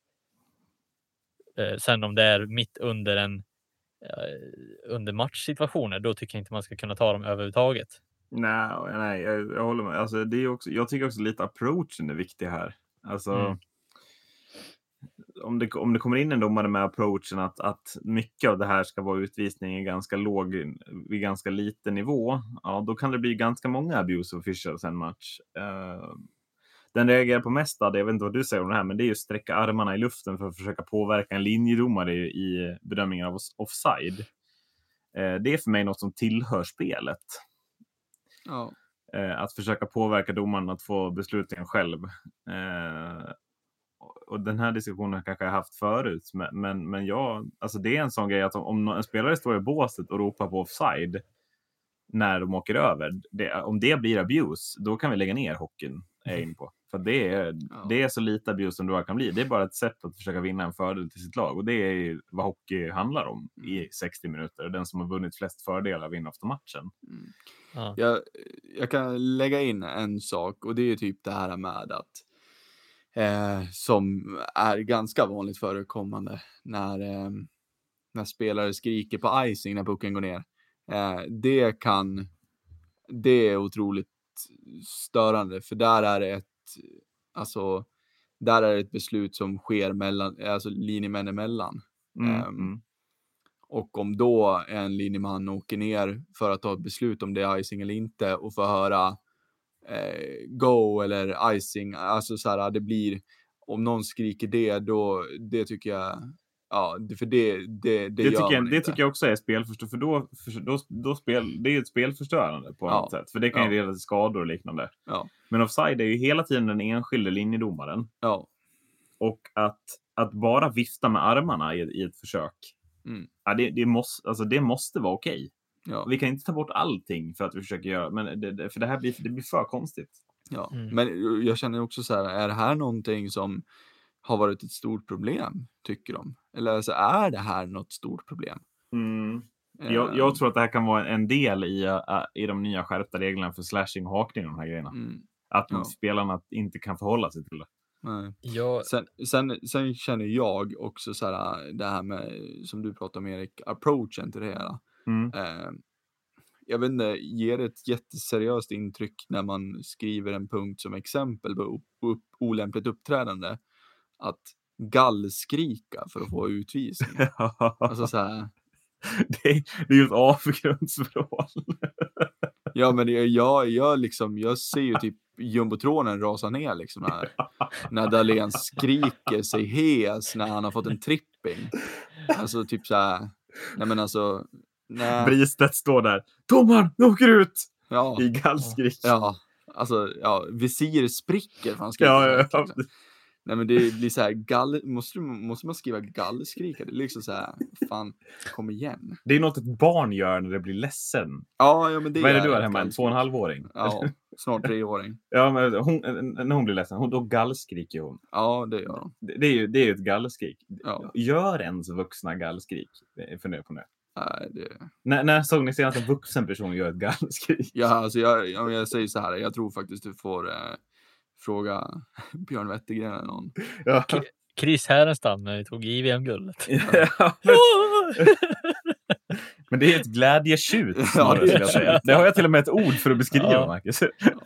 eh, sen om det är mitt under en under matchsituationer, då tycker jag inte man ska kunna ta dem överhuvudtaget. Nej, nej jag, jag håller med. Alltså, det är också, jag tycker också lite approachen är viktig här. Alltså, mm. om, det, om det kommer in en domare med approachen att, att mycket av det här ska vara utvisning i ganska låg, vid ganska liten nivå, ja, då kan det bli ganska många abuse officials en match. Uh, den reagerar på mest av det, jag vet inte vad du säger om det här, men det är ju sträcka armarna i luften för att försöka påverka en linjedomare i, i bedömningen av offside. Eh, det är för mig något som tillhör spelet. Ja. Eh, att försöka påverka domaren att få besluten själv. Eh, och den här diskussionen kanske jag haft förut, men, men, men jag, alltså det är en sån grej att om en spelare står i båset och ropar på offside när de åker över, det, om det blir abuse, då kan vi lägga ner hockeyn. är in på. För det är, Ja. det är så lite abuse som det bara kan bli. Det är bara ett sätt att försöka vinna en fördel till sitt lag. Och det är ju vad hockey handlar om i sextio minuter. Den som har vunnit flest fördelar vinner ofta matchen. Mm. Ja. Jag, jag kan lägga in en sak, och det är typ det här med att eh, som är ganska vanligt förekommande när, eh, när spelare skriker på icing när pucken går ner. Eh, det kan det är otroligt störande, för där är det ett alltså där är det ett beslut som sker mellan, alltså linjemän emellan. Mm, um, mm. Och om då en linjeman åker ner för att ta ett beslut om det är icing eller inte och får höra eh, go eller icing, alltså så här, det blir, om någon skriker det, då det tycker jag, ja, det, för det det det, Det, gör tycker man jag, det inte. tycker jag också är spelförstörande, för då, för då, då spel, det är ju ett spelförstörande på Ja. något sätt. För det kan ju Ja. leda till skador och liknande. Ja, Men offside är ju hela tiden den enskilde linjedomaren. ja, Och att, att bara vifta med armarna i, i ett försök, mm, ja, det, det, måste, alltså det måste vara okej. ja. Vi kan inte ta bort allting för att vi försöker göra, men det, det, för det här blir, det blir för konstigt. Ja, Mm. men jag känner också så här, är det här någonting som har varit ett stort problem, tycker de? Eller alltså, är det här något stort problem? Mm. Jag, Ehm, jag tror att det här kan vara en del i, uh, i de nya skärpta reglerna för slashing och hakning och de här grejerna. mm, Att Ja. spelarna inte kan förhålla sig till det. nej. Jag, Sen, sen, sen känner jag också så här, det här med, som du pratar om Erik, approachen till det hela. Mm. Ehm, jag vet inte, ger det ett jätteseriöst intryck när man skriver en punkt som exempel på upp, upp, olämpligt uppträdande, att gallskrika för att få utvisning. Alltså så här, det, är, det är ju ett avgrundsvrål. ja, men jag, jag, jag liksom, jag ser ju typ jumbotronen rasa ner liksom när, när Dahlén skriker sig hes när han har fått en tripping. Alltså typ så här, nej men alltså, nej, Bristedt står där. Domaren, nu åker ut! ja, I gallskrik. ja, alltså, ja, visir spricker för han skriker. Ja, så ja, högt, ja. liksom. Nej men det blir så här, gall, måste, du, måste man skriva gallskrika? Det är liksom så här, fan, kom igen. Det är något ett barn gör när det blir ledsen. Ja, ja men det Vad är det du har ett hemma? En gallskrik. två och en halvåring? Ja, snart treåring. Ja, men hon, när hon blir ledsen, hon, då gallskriker hon. Ja, det gör de. Det, det är ju det är ju ett gallskrik. Ja. Gör ens vuxna gallskrik? Fundera på det. Nej, det... När, när såg ni senast en vuxen person göra ett gallskrik? Ja, alltså jag, jag, jag säger så här, jag tror faktiskt du får eh, fråga Björn Wettergren eller någon. Ja. Chris Härenstam när vi tog I V M-guldet. Ja, men, men det är ett glädjetjut snarare, Ja, det är skulle jag säga. Det har jag till och med ett ord för att beskriva, Ja. Marcus.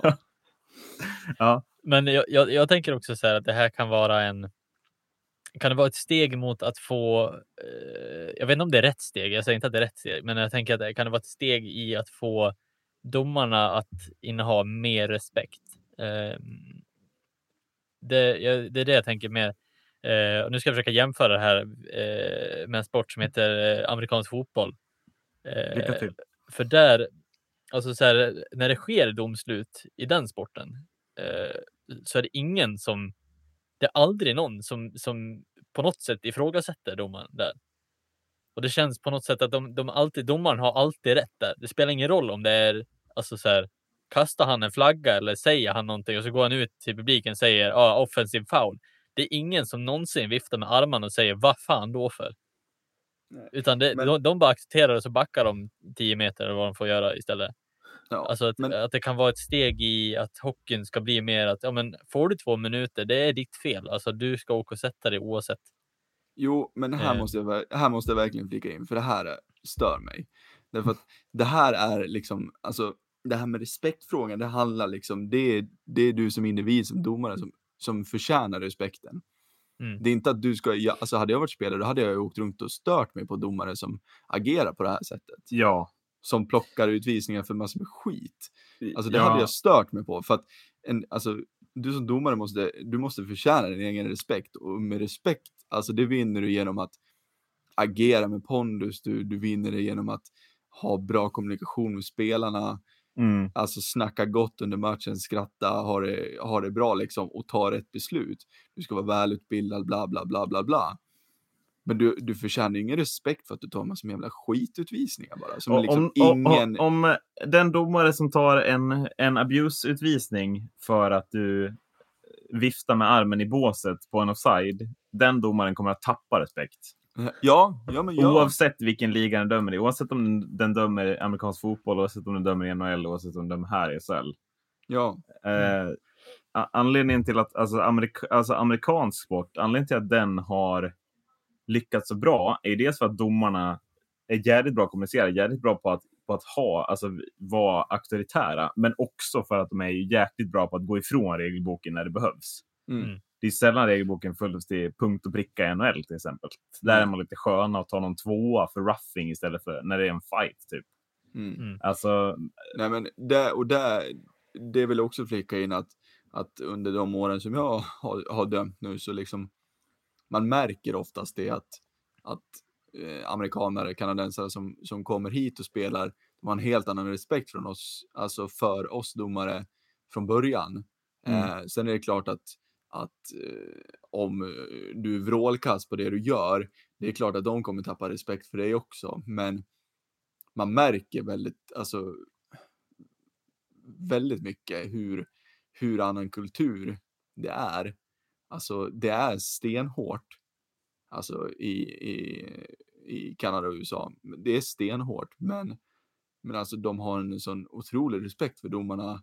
Ja. Men jag, jag, jag tänker också så här att det här kan vara en kan det vara ett steg mot att få eh, jag vet inte om det är rätt steg, jag säger inte att det är rätt steg, men jag tänker att det kan det vara ett steg i att få domarna att inneha mer respekt. Eh, det, jag, det är det jag tänker med. Eh, och nu ska jag försöka jämföra det här eh, med en sport som heter eh, amerikansk fotboll. Eh, Lycka till. För där, alltså så här, när det sker domslut i den sporten eh, så är det ingen som, det är aldrig någon som, som på något sätt ifrågasätter domaren där. Och det känns på något sätt att de, de alltid, domaren har alltid rätt där. Det spelar ingen roll om det är, alltså så här, kastar han en flagga eller säger han någonting och så går han ut till publiken och säger ah, offensive foul. Det är ingen som någonsin viftar med armarna och säger vad fan då för? Nej. Utan det, Men- de, de bara accepterar och så backar de tio meter eller vad de får göra istället. Ja, Alltså att, men, att det kan vara ett steg i att hockeyn ska bli mer att ja, men får du två minuter, det är ditt fel. Alltså du ska åka och sätta dig oavsett. jo, men här, Eh. måste jag, ver- här måste jag verkligen flika in, för det här är- stör mig. Därför att det här är liksom, alltså det här med respektfrågan, det handlar liksom, det är, det är du som individ, som domare, som, som förtjänar respekten. Mm. Det är inte att du ska, ja, alltså hade jag varit spelare, då hade jag ju åkt runt och stört mig på domare som agerar på det här sättet. Ja. Som plockar utvisningar för massor med skit. Alltså det ja. hade jag stört mig på. För att en, alltså, du som domare måste, du måste förtjäna din egen respekt. Och med respekt, alltså det vinner du genom att agera med pondus. Du, du vinner det genom att ha bra kommunikation med spelarna. Mm. Alltså snacka gott under matchen, skratta, ha det, ha det bra liksom. Och ta rätt beslut. Du ska vara välutbildad, bla bla bla bla bla. Men du, du förtjänar ingen respekt för att du tar en massa jävla skitutvisningar bara. Som Och liksom om, ingen... om, om den domare som tar en, en abuse-utvisning för att du viftar med armen i båset på en offside, den domaren kommer att tappa respekt. Ja, ja men ja. Oavsett vilken liga den dömer i. Oavsett om den dömer i amerikansk fotboll, oavsett om den dömer i N H L, oavsett om den dömer här i S H L. Ja. Eh, anledningen till att alltså, amerik- alltså amerikansk sport, anledningen till att den har lyckats så bra är dels för att domarna är jävligt bra att kommunicera, jävligt bra på att, på att ha, alltså vara auktoritära, men också för att de är jäkligt bra på att gå ifrån regelboken när det behövs. Mm. Det är sällan regelboken följs till punkt och pricka i N H L till exempel. Där Mm. är man lite sköna att ta någon tvåa för roughing istället för när det är en fight typ. Mm. Mm. Alltså, Nej men det, och det, det vill också flika in att, att under de åren som jag har, har dömt nu så liksom man märker oftast det att, att eh, amerikaner, kanadensare som, som kommer hit och spelar, de har en helt annan respekt från oss, alltså för oss domare från början. Mm. Eh, sen är det klart att, att eh, om du är vrålkast på det du gör, det är klart att de kommer tappa respekt för dig också, men man märker väldigt, alltså väldigt mycket hur, hur annan kultur det är. Alltså det är stenhårt. Alltså i, i, i Kanada och U S A. Det är stenhårt. Men, men alltså de har en sån otrolig respekt för domarna.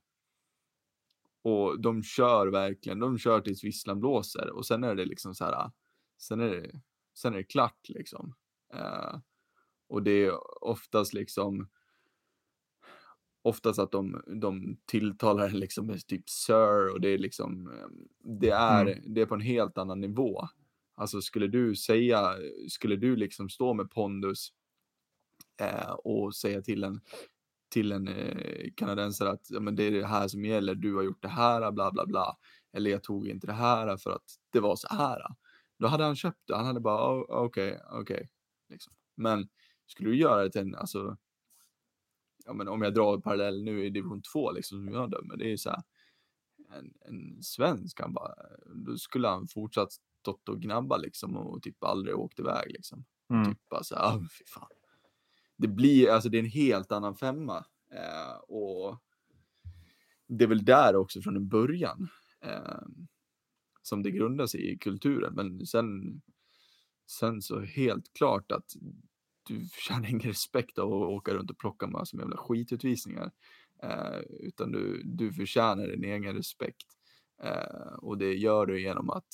Och de kör verkligen. De kör tills visslan blåser. Och sen är det liksom så här. Sen är det, sen är det klart liksom. Uh, och det är oftast liksom. Oftast att de, de tilltalar liksom med typ sir. Och det är liksom. Det är, mm. det är på en helt annan nivå. Alltså skulle du säga, skulle du liksom stå med pondus eh, och säga till en, till en eh, kanadensare att ja, men det är det här som gäller, du har gjort det här, bla bla bla. Eller jag tog inte det här för att det var så här. Då hade han köpt det, han hade bara okej, oh, okej. Okay, okay, liksom. Men skulle du göra det till en, alltså, ja men om jag drar parallell nu i division två liksom som jag dömer, det är så här, en, en svensk, han bara, då skulle han fortsatt stått och gnabba liksom och typ aldrig åkt iväg liksom. mm. Typ bara så här, fy fan. Det blir, alltså det är en helt annan femma. Eh, och det är väl där också från en början eh, som det grundar sig i kulturen. Men sen, sen så helt klart att du känner ingen respekt av att åka runt och plocka med som jävla skitutvisningar. Eh, utan du, du förtjänar din egen respekt. Eh, och det gör du genom att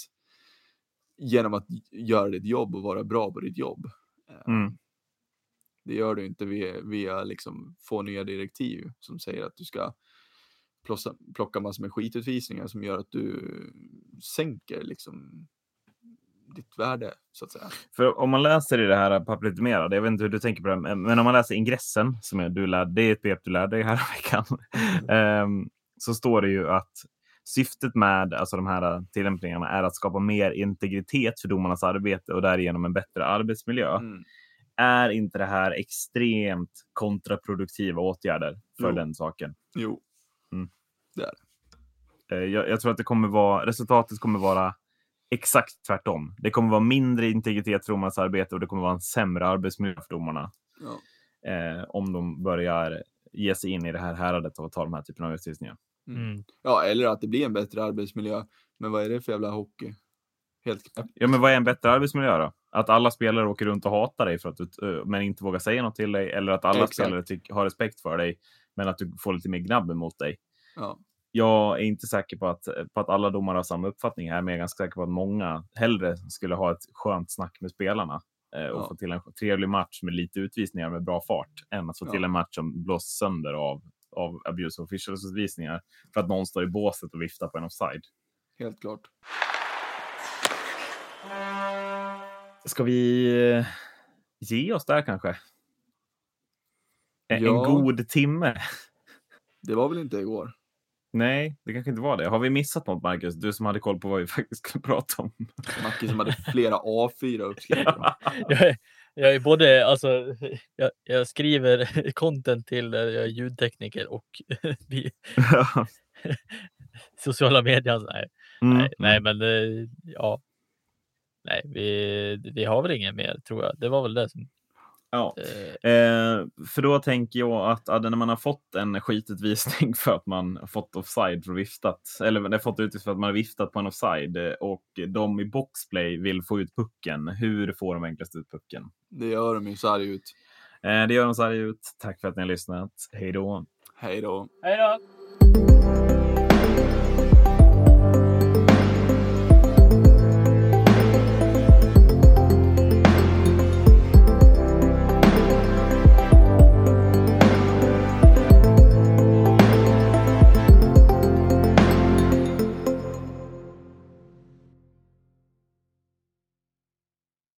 genom att göra ditt jobb och vara bra på ditt jobb. Eh, mm. Det gör du inte via, via liksom få nya direktiv som säger att du ska plossa, plocka massor med skitutvisningar som gör att du sänker liksom ditt värde, så att säga. För om man läser i det här pappret lite mer, jag vet inte hur du tänker på det, men om man läser ingressen, som är, du lärde, det är ett begrepp du lärde dig här i veckan, um, så står det ju att syftet med alltså de här tillämpningarna är att skapa mer integritet för domarnas arbete och därigenom en bättre arbetsmiljö. Mm. Är inte det här extremt kontraproduktiva åtgärder för Jo. den saken? Jo, mm. det är det. Jag, jag tror att det kommer vara, resultatet kommer vara exakt tvärtom. Det kommer vara mindre integritet för domarnas arbete och det kommer vara en sämre arbetsmiljö för domarna. Ja. Eh, om de börjar ge sig in i det här häradet av att ta de här typen av utvisningar. Mm. Ja, eller att det blir en bättre arbetsmiljö. Men vad är det för jävla hockey? Helt Ja, men vad är en bättre arbetsmiljö då? Att alla spelare åker runt och hatar dig för att du, men inte vågar säga något till dig, eller att alla Exakt. spelare tyck, har respekt för dig men att du får lite mer gnabb emot dig. Ja. Jag är inte säker på att, på att alla domare har samma uppfattning här, men jag är ganska säker på att många hellre skulle ha ett skönt snack med spelarna eh, och Ja. få till en trevlig match med lite utvisningar med bra fart än att få Ja. till en match som blås sönder av, av abuse officials utvisningar för att någon står i båset och viftar på en offside. Helt klart. Ska vi eh, ge oss där kanske? En, Ja. en god timme. Det var väl inte igår? Nej, det kanske inte var det. Har vi missat något, Marcus? Du som hade koll på vad vi faktiskt skulle prata om. Macke som hade flera A fyra uppskrivna. jag, är, jag är både, alltså, jag, jag skriver content till, jag är ljudtekniker och vi, sociala medier. Nej, Mm, nej, nej, mm. men ja. nej, vi, vi har väl inget mer tror jag. Det var väl det som... Ja, Eh, eh, för då tänker jag att ja, när man har fått en skitutvisning för att man har fått offside för viftat, eller det har fått utvisning för att man har viftat på en offside och de i boxplay vill få ut pucken. Hur får de enklast ut pucken? Det gör de ju sarg ut. Eh, det gör de sarg ut. Tack för att ni har lyssnat. Hej då. Hej då. Hej då!